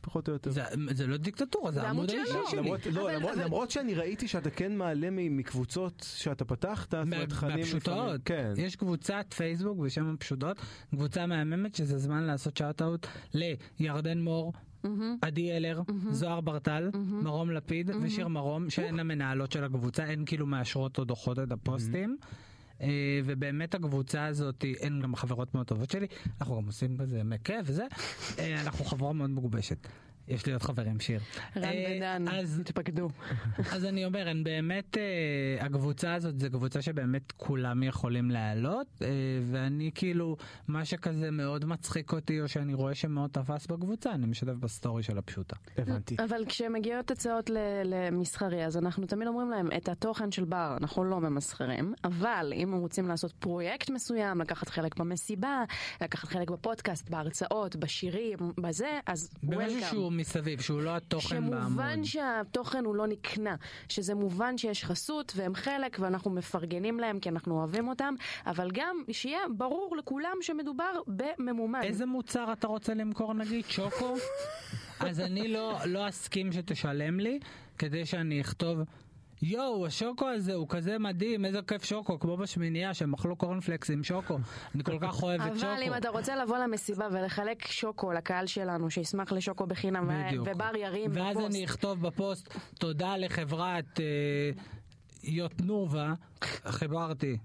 פחות או יותר. זה לא דיקטטורה, זה העמוד האישי שלי. למרות שאני ראיתי שאתה כן מעלה מקבוצות שאתה פתחת, בפשוטות. יש קבוצת פייסבוק בשם הפשוטות, קבוצה מהממת שזה זמן לעשות שאוט-אוט לירדן מור, עדי אלר, זוהר ברטל, מרום לפיד ושיר מרום, שהן המנהלות של הקבוצה, הן כאילו מאשרות או דוחות את הפוסטים. ובאמת הקבוצה הזאת, הן גם חברות מאוד טובות שלי, אנחנו גם עושים בזה מכיף וזה, אנחנו חברה מאוד מגובשת. יש לי עוד חברים, שיר. רן ודן, תפקדו. אז אני אומר, באמת, הקבוצה הזאת זה קבוצה שבאמת כולם יכולים לעלות, ואני כאילו, מה שכזה מאוד מצחיק אותי, או שאני רואה שמאוד תפס בקבוצה, אני משתף בסטורי של הפשוטה. הבנתי. אבל כשמגיעות הצעות למסחרי, אז אנחנו תמיד אומרים להם, את התוכן של בר, אנחנו לא ממסחרים, אבל אם הם רוצים לעשות פרויקט מסוים, לקחת חלק במסיבה, לקחת חלק בפודקאסט, בהרצאות, בשירים, בזה, אז וולקאם. מסביב, שהוא לא התוכן בעמוד. שמובן שהתוכן הוא לא נקנה, שזה מובן שיש חסות והם חלק ואנחנו מפרגנים להם כי אנחנו אוהבים אותם, אבל גם שיהיה ברור לכולם שמדובר בממומן. איזה מוצר אתה רוצה למכור נגיד? שוקו? אז אני לא אסכים שתשלם לי כדי שאני אכתוב יואו, השוקו הזה הוא כזה מדהים, איזה כיף שוקו, כמו בשמינייה שהם אכלו קורנפלקס עם שוקו, אני כל כך אוהבת שוקו. אבל אם אתה רוצה לבוא למסיבה ולחלק שוקו לקהל שלנו, שישמח לשוקו בחינם, ובר ירים בפוסט. ואז אני אכתוב בפוסט, תודה לחברת יוטנובה, חיברתי,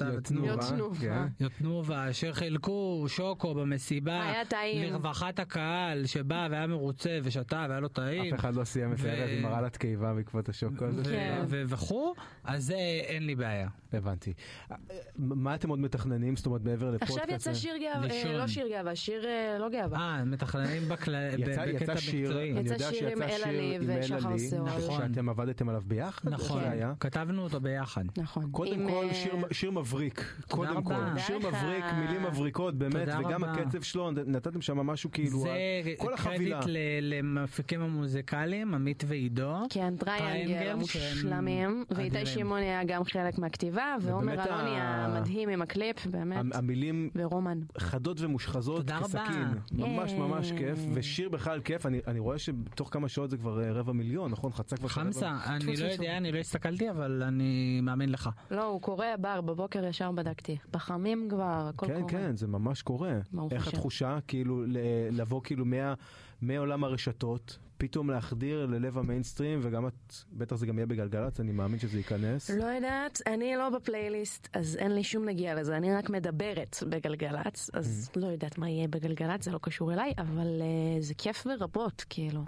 יוטנובה, שחילקו שוקו במסיבה, לרווחת הקהל שבא והיה מרוצה ושתה והיה לו טעים. אף אחד לא סיים את הערב עם הרעלת קיבה בעקבות השוקו הזה. וכו', אז זה אין לי בעיה. הבנתי. מה אתם עוד מתכננים? זאת אומרת, מעבר לפודקאסט? עכשיו יצא שיר גאווה, לא שיר גאווה, שיר לא גאווה. מתכננים בקטע מקצועי. יצא שיר עם אלעלי ושחר סאול. שאתם עבדתם עליו ביחד? נכון, כתבנו אותו ביחד. נכון. קודם כל שיר מבריק, קודם כל, שיר מבריק, מילים מבריקות, באמת, וגם הקצב שלו, נתתם שם משהו כאילו, כל החבילה. זה קרדיט למפיקים המוזיקליים, עמית ועידו. כן, טריינגל, המושלמים, ואיתי שמעון היה גם חלק מהכתיבה, ועומר אלוני המדהים עם הקליפ, באמת. המילים חדות ומושחזות כסכין, ממש ממש כיף, ושיר בכלל כיף, אני רואה שתוך כמה שעות זה כבר 250,000, נכון? חצה כבר חמסה, אני לא יודע, אני לא הסתכלתי, אבל אני מאמין לך. לא, הוא קורא בר, בבוקר ישר בדקתי. בחמים כבר, הכל קורה. כן, כן, זה ממש קורה. איך התחושה, כאילו, לבוא כאילו מעולם הרשתות, פתאום להחדיר ללב המיינסטרים, וגם בטח זה גם יהיה בגלגלץ, אני מאמין שזה ייכנס. לא יודעת, אני לא בפלייליסט, אז אין לי שום נגיע לזה, אני רק מדברת בגלגלץ, אז לא יודעת מה יהיה בגלגלץ, זה לא קשור אליי, אבל זה כיף ורבות, כאילו.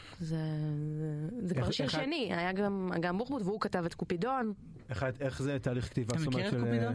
זה כבר שיר שני, היה גם בוחבוט, והוא כתב את קופידון. איך זה תהליך כתיבה? אתה מכיר את קופידון?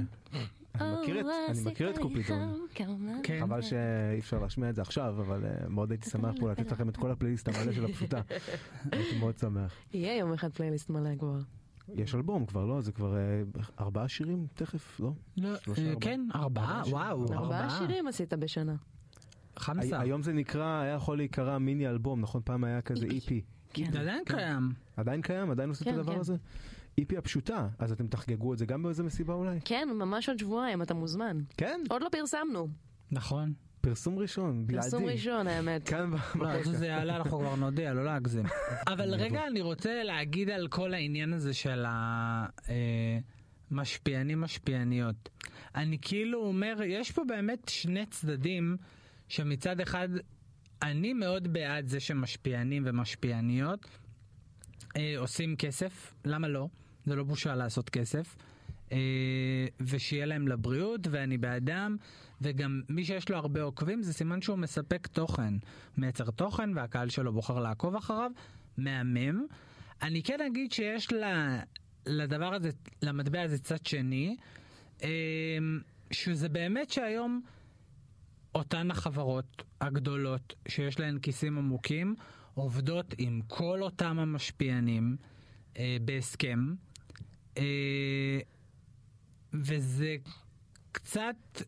אני מכיר את קופידון. חבל שאי אפשר להשמיע את זה עכשיו, אבל מאוד הייתי שמח פה לתת לכם את כל הפלייליסט המלא של הפשוטה. הייתי מאוד שמח. יהיה יום אחד פלייליסט מלא כבר. יש אלבום כבר, לא? זה כבר 4 שירים תכף, לא? כן, 4, וואו. 4 שירים עשית בשנה. חמסה. היום זה נקרא, היה יכול להיקרא מיני אלבום, נכון? פעם היה כזה EP. זה עדיין קיים. עדיין קיים? עדיין עושים את הדבר הזה? EP הפשוטה, אז אתם תחגגו את זה גם באיזה מסיבה אולי? כן, ממש עוד שבועיים, אתה מוזמן. כן? עוד לא פרסמנו. נכון. פרסום ראשון, בלעדי. פרסום ראשון, האמת. לא, זה יעלה, אנחנו כבר נודיע, לא להגזים. אבל רגע, אני רוצה להגיד על כל העניין הזה של המשפיענים, משפיעניות. אני כאילו אומר, יש פה באמת שני צדדים, שמצד אחד, אני מאוד בעד זה שמשפיענים ומשפיעניות עושים כסף, למה לא? זה לא בושה לעשות כסף, ושיהיה להם לבריאות, ואני בעדם, וגם מי שיש לו הרבה עוקבים, זה סימן שהוא מספק תוכן, מייצר תוכן, והקהל שלו בוחר לעקוב אחריו, מהמם. אני כן אגיד שיש לדבר הזה, למטבע הזה צד שני, שזה באמת שהיום אותן החברות הגדולות, שיש להן כיסים עמוקים, עובדות עם כל אותם המשפיענים בהסכם, וזה קצת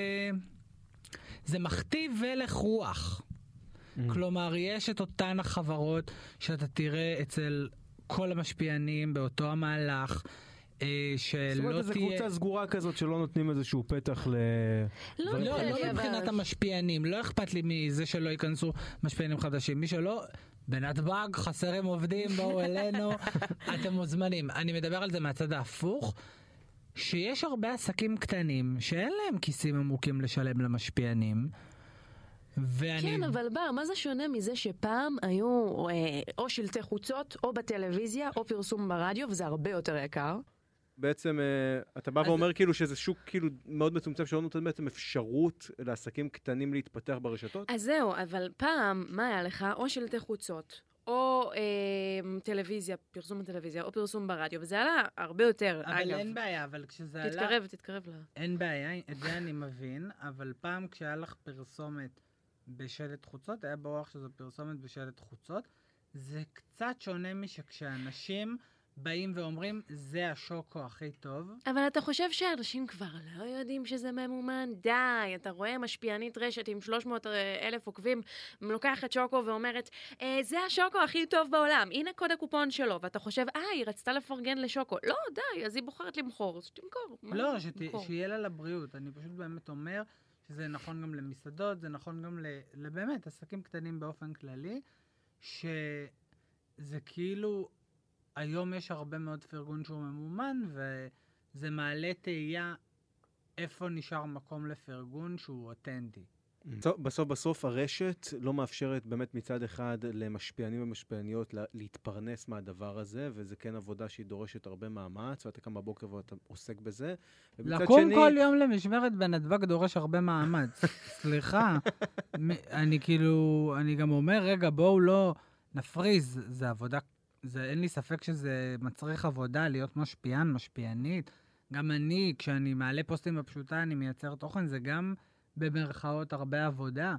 זה מכתיב ולך רוח. כלומר, יש את אותן החברות שאתה תראה אצל כל המשפיענים באותו המהלך, זאת אומרת, זו קבוצה סגורה כזאת שלא נותנים איזשהו פתח לא מבחינת המשפיענים, לא אכפת לי מזה שלא ייכנסו משפיענים חדשים, מי שלא בנתב"ג חסרים עובדים, בואו אלינו, אתם מוזמנים. אני מדבר על זה מהצד ההפוך, שיש הרבה עסקים קטנים שאין להם כיסים עמוקים לשלם למשפיענים, כן, אבל מה זה שונה מזה שפעם היו או שלטי חוצות, או בטלוויזיה, או פרסום ברדיו, וזה הרבה יותר יקר. בעצם אתה בא ואומר כאילו שזה שוק כאילו מאוד מצומצם שלא נותן בעצם אפשרות לעסקים קטנים להתפתח ברשתות? אז זהו, אבל פעם, מה היה לך? או שלטי חוצות, או טלוויזיה, פרסום בטלוויזיה, או פרסום ברדיו, וזה עלה הרבה יותר, אבל אגב. אין בעיה, אבל כשזה עלה... תתקרב לה. אין בעיה, את זה אני מבין, אבל פעם כשהיה לך פרסומת בשלט חוצות, היה ברוח שזו פרסומת בשלט חוצות, זה קצת שונה משכשאנשים באים ואומרים, זה השוקו הכי טוב. אבל אתה חושב שאנשים כבר לא יודעים שזה ממומן? די, אתה רואה משפיענית רשת עם 300,000 עוקבים, לוקחת שוקו ואומרת, זה השוקו הכי טוב בעולם, הנה קוד הקופון שלו, ואתה חושב, היא רצתה לפרגן לשוקו. לא, די, אז היא בוחרת למכור, אז שתמכור. לא, שיהיה לה לבריאות. אני פשוט באמת אומר שזה נכון גם למסעדות, זה נכון גם לבאמת עסקים קטנים באופן כללי, שזה כאילו... היום יש הרבה מאוד פרגון שהוא ממומן, וזה מעלה תהייה איפה נשאר מקום לפרגון שהוא אותנטי. בסוף הרשת לא מאפשרת באמת מצד אחד למשפיענים ומשפיעניות להתפרנס מהדבר הזה, וזה כן עבודה שהיא דורשת הרבה מאמץ, ואתה קם בבוקר ואתה עוסק בזה. לקום כל יום למשמרת בנתב"ג דורש הרבה מאמץ. סליחה, אני גם אומר, רגע, בואו לא נפריז, זה עבודה, אין לי ספק שזה מצריך עבודה להיות משפיען, משפיענית. גם אני, כשאני מעלה פוסטים בפשוטה, אני מייצר תוכן, זה גם במרכאות הרבה עבודה,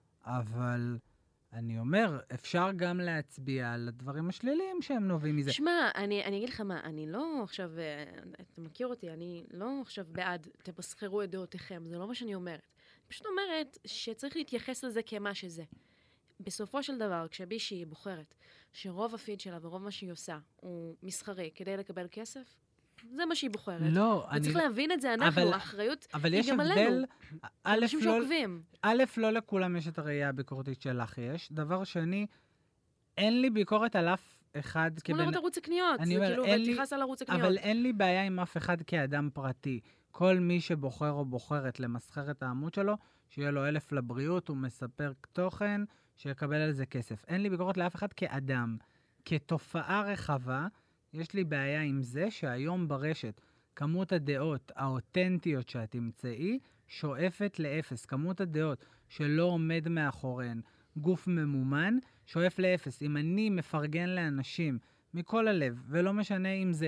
אבל אני אומר, אפשר גם להצביע על הדברים השליליים שהם נובעים מזה. שמע, אני אגיד לך מה, אני לא עכשיו, אתה מכיר אותי, אני לא עכשיו בעד, תמסחרו את דעותיכם, זה לא מה שאני אומרת. אני פשוט אומרת שצריך להתייחס לזה כמה שזה. בסופו של דבר, כשבישהי בוחרת שרוב הפיד שלה ורוב מה שהיא עושה הוא מסחרי כדי לקבל כסף, זה מה שהיא בוחרת. לא, וצריך להבין את זה, אנחנו, האחריות היא גם עלינו. אנשים שעוקבים. לא לכולם יש את הראייה הביקורתית שלך יש. דבר שני, אין לי ביקורת על אף אחד כמו לראות ערוץ הקניות. זה כאילו, ותיחס על ערוץ הקניות. אבל אין לי בעיה עם אף אחד כאדם פרטי. כל מי שבוחר או בוחרת למסחר את העמוד שלו, שיהיה לו 1,000 לבריאות, הוא מספר תוכן, שיקבל על זה כסף. אין לי ביקורת לאף אחד כאדם. כתופעה רחבה, יש לי בעיה עם זה שהיום ברשת, כמות הדעות האותנטיות שאת תמצאי, שואפת לאפס. כמות הדעות שלא עומד מאחוריהן, גוף ממומן, שואף לאפס. אם אני מפרגן לאנשים מכל הלב, ולא משנה אם זה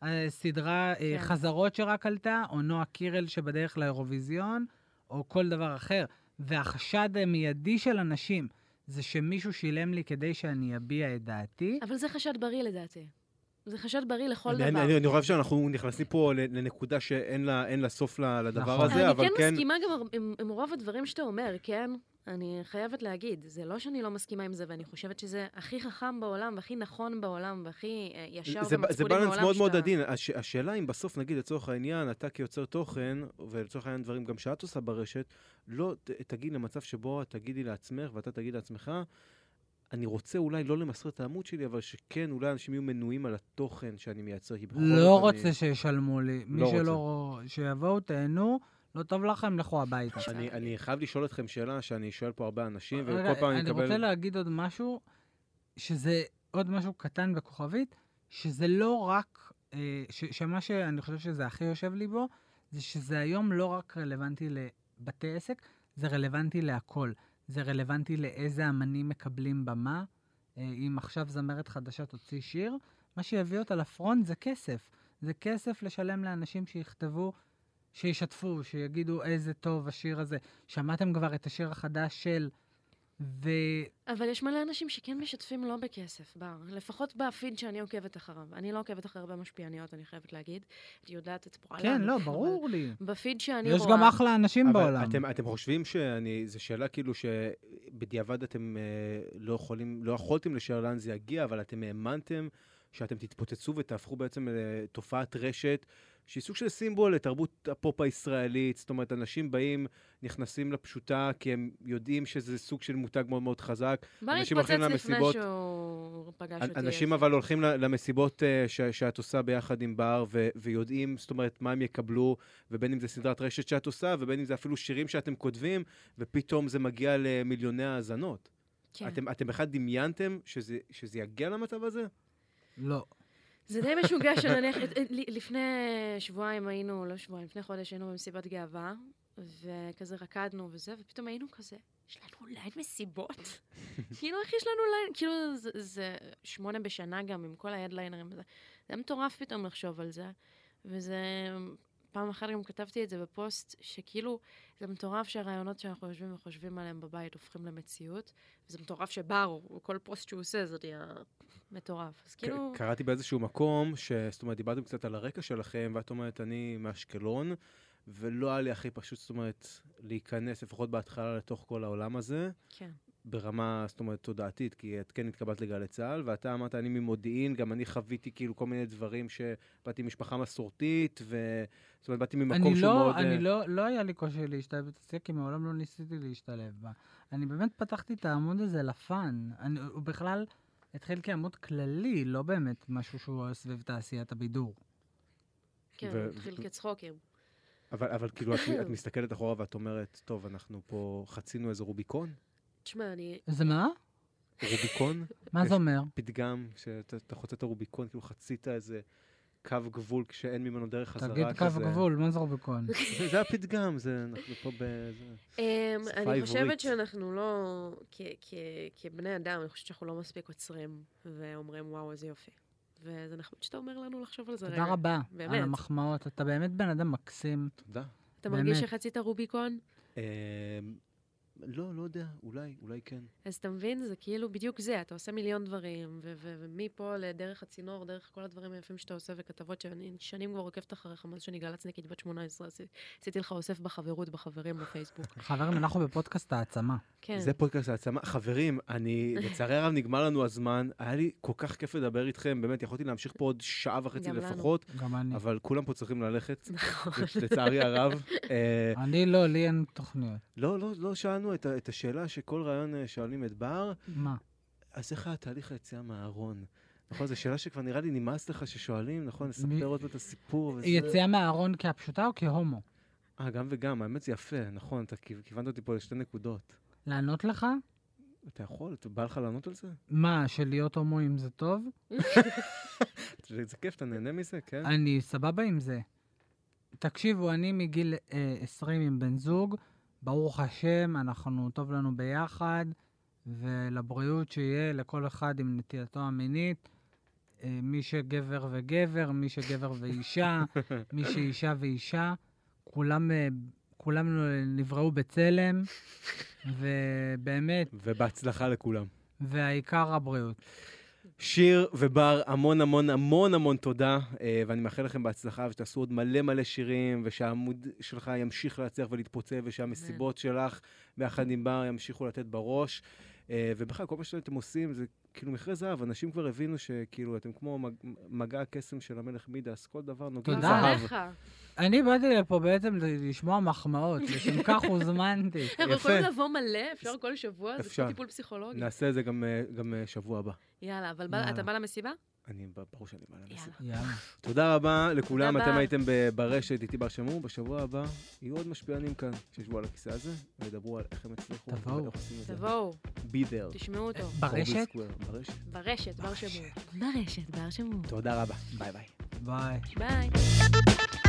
סדרה חזרות שרק עלתה, או נועה קירל שבדרך לאירוויזיון, או כל דבר אחר, והחשד המיידי של אנשים, זה שמישהו שילם לי כדי שאני אביע את דעתי. אבל זה חשד בריא לדעתי. זה חשד בריא לכל דבר. אני חושב שאנחנו נכנסים פה לנקודה שאין לה סוף לדבר הזה, אבל כן... אני כן מסכימה גם עם רוב הדברים שאתה אומר, כן? אני חייבת להגיד, זה לא שאני לא מסכימה עם זה, ואני חושבת שזה הכי חכם בעולם, והכי נכון בעולם, והכי ישר ומצפוני זה בעולם. בלנס מאוד מאוד עדין. השאלה אם בסוף, נגיד, לצורך העניין, אתה כיוצר תוכן, ולצורך העניין דברים גם שאת עושה ברשת, לא תגיד למצב שבו תגידי לעצמך, ואתה תגיד לעצמך, אני רוצה אולי לא למסר את העמוד שלי, אבל שכן, אולי אנשים יהיו מנויים על התוכן שאני מייצר. לא רוצה שישלמו לי. מי שלא... שיבואו, תהנו, לא טוב לכם, לכו הביתה. אני חייב לשאול אתכם שאלה שאני שואל פה הרבה אנשים, וכל פעם אני רוצה להגיד עוד משהו, שזה עוד משהו קטן בכוכבית, שזה לא רק, שמה שאני חושב שזה הכי יושב לי בו, זה שזה היום לא רק רלוונטי לבתי עסק, זה רלוונטי להכל. זה רלוונטי לאיזה אמנים מקבלים במה. אם עכשיו זמרת חדשה תוציא שיר, מה שיביא אותה לפרונט זה כסף. זה כסף לשלם לאנשים שיכתבו, שישתפו, שיגידו איזה טוב השיר הזה. שמעתם כבר את השיר החדש של... אבל יש מלא אנשים שכן משתפים לא בכסף, לפחות בפיד שאני עוקבת אחריו. אני לא עוקבת אחרי הרבה משפיעניות, אני חייבת להגיד. את יודעת את פועלם. כן, לא, ברור לי. בפיד שאני רואה... יש גם אחלה אנשים בעולם. אתם חושבים זו שאלה כאילו שבדיעבד אתם לא יכולתם לשאר לאן זה יגיע, אבל אתם האמנתם שאתם תתפוצצו ותהפכו בעצם לתופעת רשת שהיא סוג של סימבול לתרבות הפופ הישראלית, זאת אומרת, אנשים באים, נכנסים לפשוטה, כי הם יודעים שזה סוג של מותג מאוד מאוד חזק. בר התפוצץ לפני שהוא פגש אותי. אנשים אבל הולכים למסיבות שאת עושה ביחד עם בר, ויודעים, זאת אומרת, מה הם יקבלו, ובין אם זה סדרת רשת שאת עושה, ובין אם זה אפילו שירים שאתם כותבים, ופתאום זה מגיע למיליוני האזנות. כן. אתם בכלל דמיינתם שזה יגיע למצב הזה? לא. זה די משוגע שנניח, לפני שבועיים היינו, לא שבועיים, לפני חודש היינו במסיבת גאווה, וכזה רקדנו וזה, ופתאום היינו כזה, יש לנו ליין מסיבות? כאילו, איך יש לנו ליין? כאילו, זה 8 בשנה גם, עם כל ההדליינרים וזה. זה מטורף פתאום לחשוב על זה, וזה... פעם אחת גם כתבתי את זה בפוסט, שכאילו, זה מטורף שהרעיונות שאנחנו יושבים וחושבים עליהם בבית הופכים למציאות, וזה מטורף שבר, כל פוסט שהוא עושה, זה נהיה מטורף. אז כאילו... קראתי באיזשהו מקום, זאת אומרת, דיברתם קצת על הרקע שלכם, ואת אומרת, אני מאשקלון, ולא היה לי הכי פשוט, זאת אומרת, להיכנס, לפחות בהתחלה, לתוך כל העולם הזה. כן. ברמה, זאת אומרת, תודעתית, כי את כן התקבלת לגלי צה"ל, ואתה אמרת, אני ממודיעין, גם אני חוויתי כאילו כל מיני דברים שבאתי משפחה מסורתית, זאת אומרת, באתי ממקום שהוא מאוד... לא היה לי קושי להשתלב בתעשייה, כי מעולם לא ניסיתי להשתלב בה. אני באמת פתחתי את העמוד הזה לפן. הוא בכלל התחיל כעמוד כללי, לא באמת משהו שהוא סביב תעשיית הבידור. כן, הוא התחיל כצחוקים. אבל כאילו, את מסתכלת אחורה ואת אומרת, טוב, אנחנו פה חצינו איזה רוביקון? תשמע, אני... זה מה? רוביקון? מה זה אומר? פתגם, שאתה חוצה את הרוביקון, כאילו חצית איזה קו גבול כשאין ממנו דרך חזרה. תגיד קו גבול, מה זה רוביקון? זה הפתגם, אנחנו פה אני חושבת שאנחנו לא, כבני אדם, אני חושבת שאנחנו לא מספיק עוצרים ואומרים, וואו, איזה יופי. וזה נחמד שאתה אומר לנו לחשוב על זה רגע. תודה רבה על המחמאות. אתה באמת בן אדם מקסים. תודה. אתה מרגיש שחצית רוביקון? לא יודע, אולי כן. אז אתה מבין, זה כאילו בדיוק זה, אתה עושה מיליון דברים, ומפה לדרך הצינור, דרך כל הדברים היפים שאתה עושה, וכתבות שאני שנים כבר עוקבת אחריך, מאז שאני גלצניקית בת 18, עשיתי לך אוסף בחברות, בחברים בפייסבוק. חברים, אנחנו בפודקאסט העצמה. כן. זה פודקאסט העצמה. חברים, לצערי הרב נגמר לנו הזמן, היה לי כל כך כיף לדבר איתכם, באמת יכולתי להמשיך פה עוד שעה וחצי לפחות, אבל כולם פה צריכים ללכת, לצערי הרב. אני לא, לי אין תוכניות. לא שאלנו את השאלה שכל רעיון שואלים את בר. מה? אז איך התהליך היציאה מהארון? נכון, זו שאלה שכבר נראה לי נמאס לך ששואלים, נכון? לספר עוד את הסיפור. יציאה מהארון כהפשוטה או כהומו? גם וגם, האמת זה יפה, נכון, אתה כיוונת אותי פה לשתי נקודות. לענות לך? אתה יכול, אתה בא לך לענות על זה? מה, שלהיות הומואים זה טוב? זה כיף, אתה נהנה מזה, כן? אני סבבה עם זה. תקשיבו, אני מגיל 20 עם בן זוג, ברוך השם, אנחנו טוב לנו ביחד, ולבריאות שיהיה לכל אחד עם נטייתו המינית, מי שגבר וגבר, מי שגבר ואישה, מי שאישה ואישה, כולם נבראו בצלם, ובאמת... ובהצלחה לכולם. והעיקר הבריאות. שיר ובר, המון המון המון המון תודה, ואני מאחל לכם בהצלחה, ושתעשו עוד מלא מלא שירים, ושהעמוד שלך ימשיך להצליח ולהתפוצץ, ושהמסיבות שלך ביחד עם בר ימשיכו לתת בראש, ובכלל, כל מה שאתם עושים זה כאילו מכרה זהב, אנשים כבר הבינו שכאילו אתם כמו מגע הקסם של המלך מידס, כל דבר נוגע זהב. אני באתי לפה בעצם לשמוע מחמאות, לשם כך הוזמנתי. אנחנו יכולים לבוא מלא, אפשר כל שבוע, זה כמו טיפול פסיכולוגי. נעשה את זה גם שבוע הבא. יאללה, אבל אתה בא למסיבה? אני ברור שאני בא למסיבה. יאללה. תודה רבה לכולם, אתם הייתם ברשת, איתי בר שמור, בשבוע הבא יהיו עוד משפיענים כאן, שישבו על הכיסא הזה, וידברו על איך הם הצליחו. תבואו. be there. תשמעו אותו. ברשת? ברשת, בר שמור. ברשת, בר שמור. תודה רבה, ביי ביי. ביי. ביי.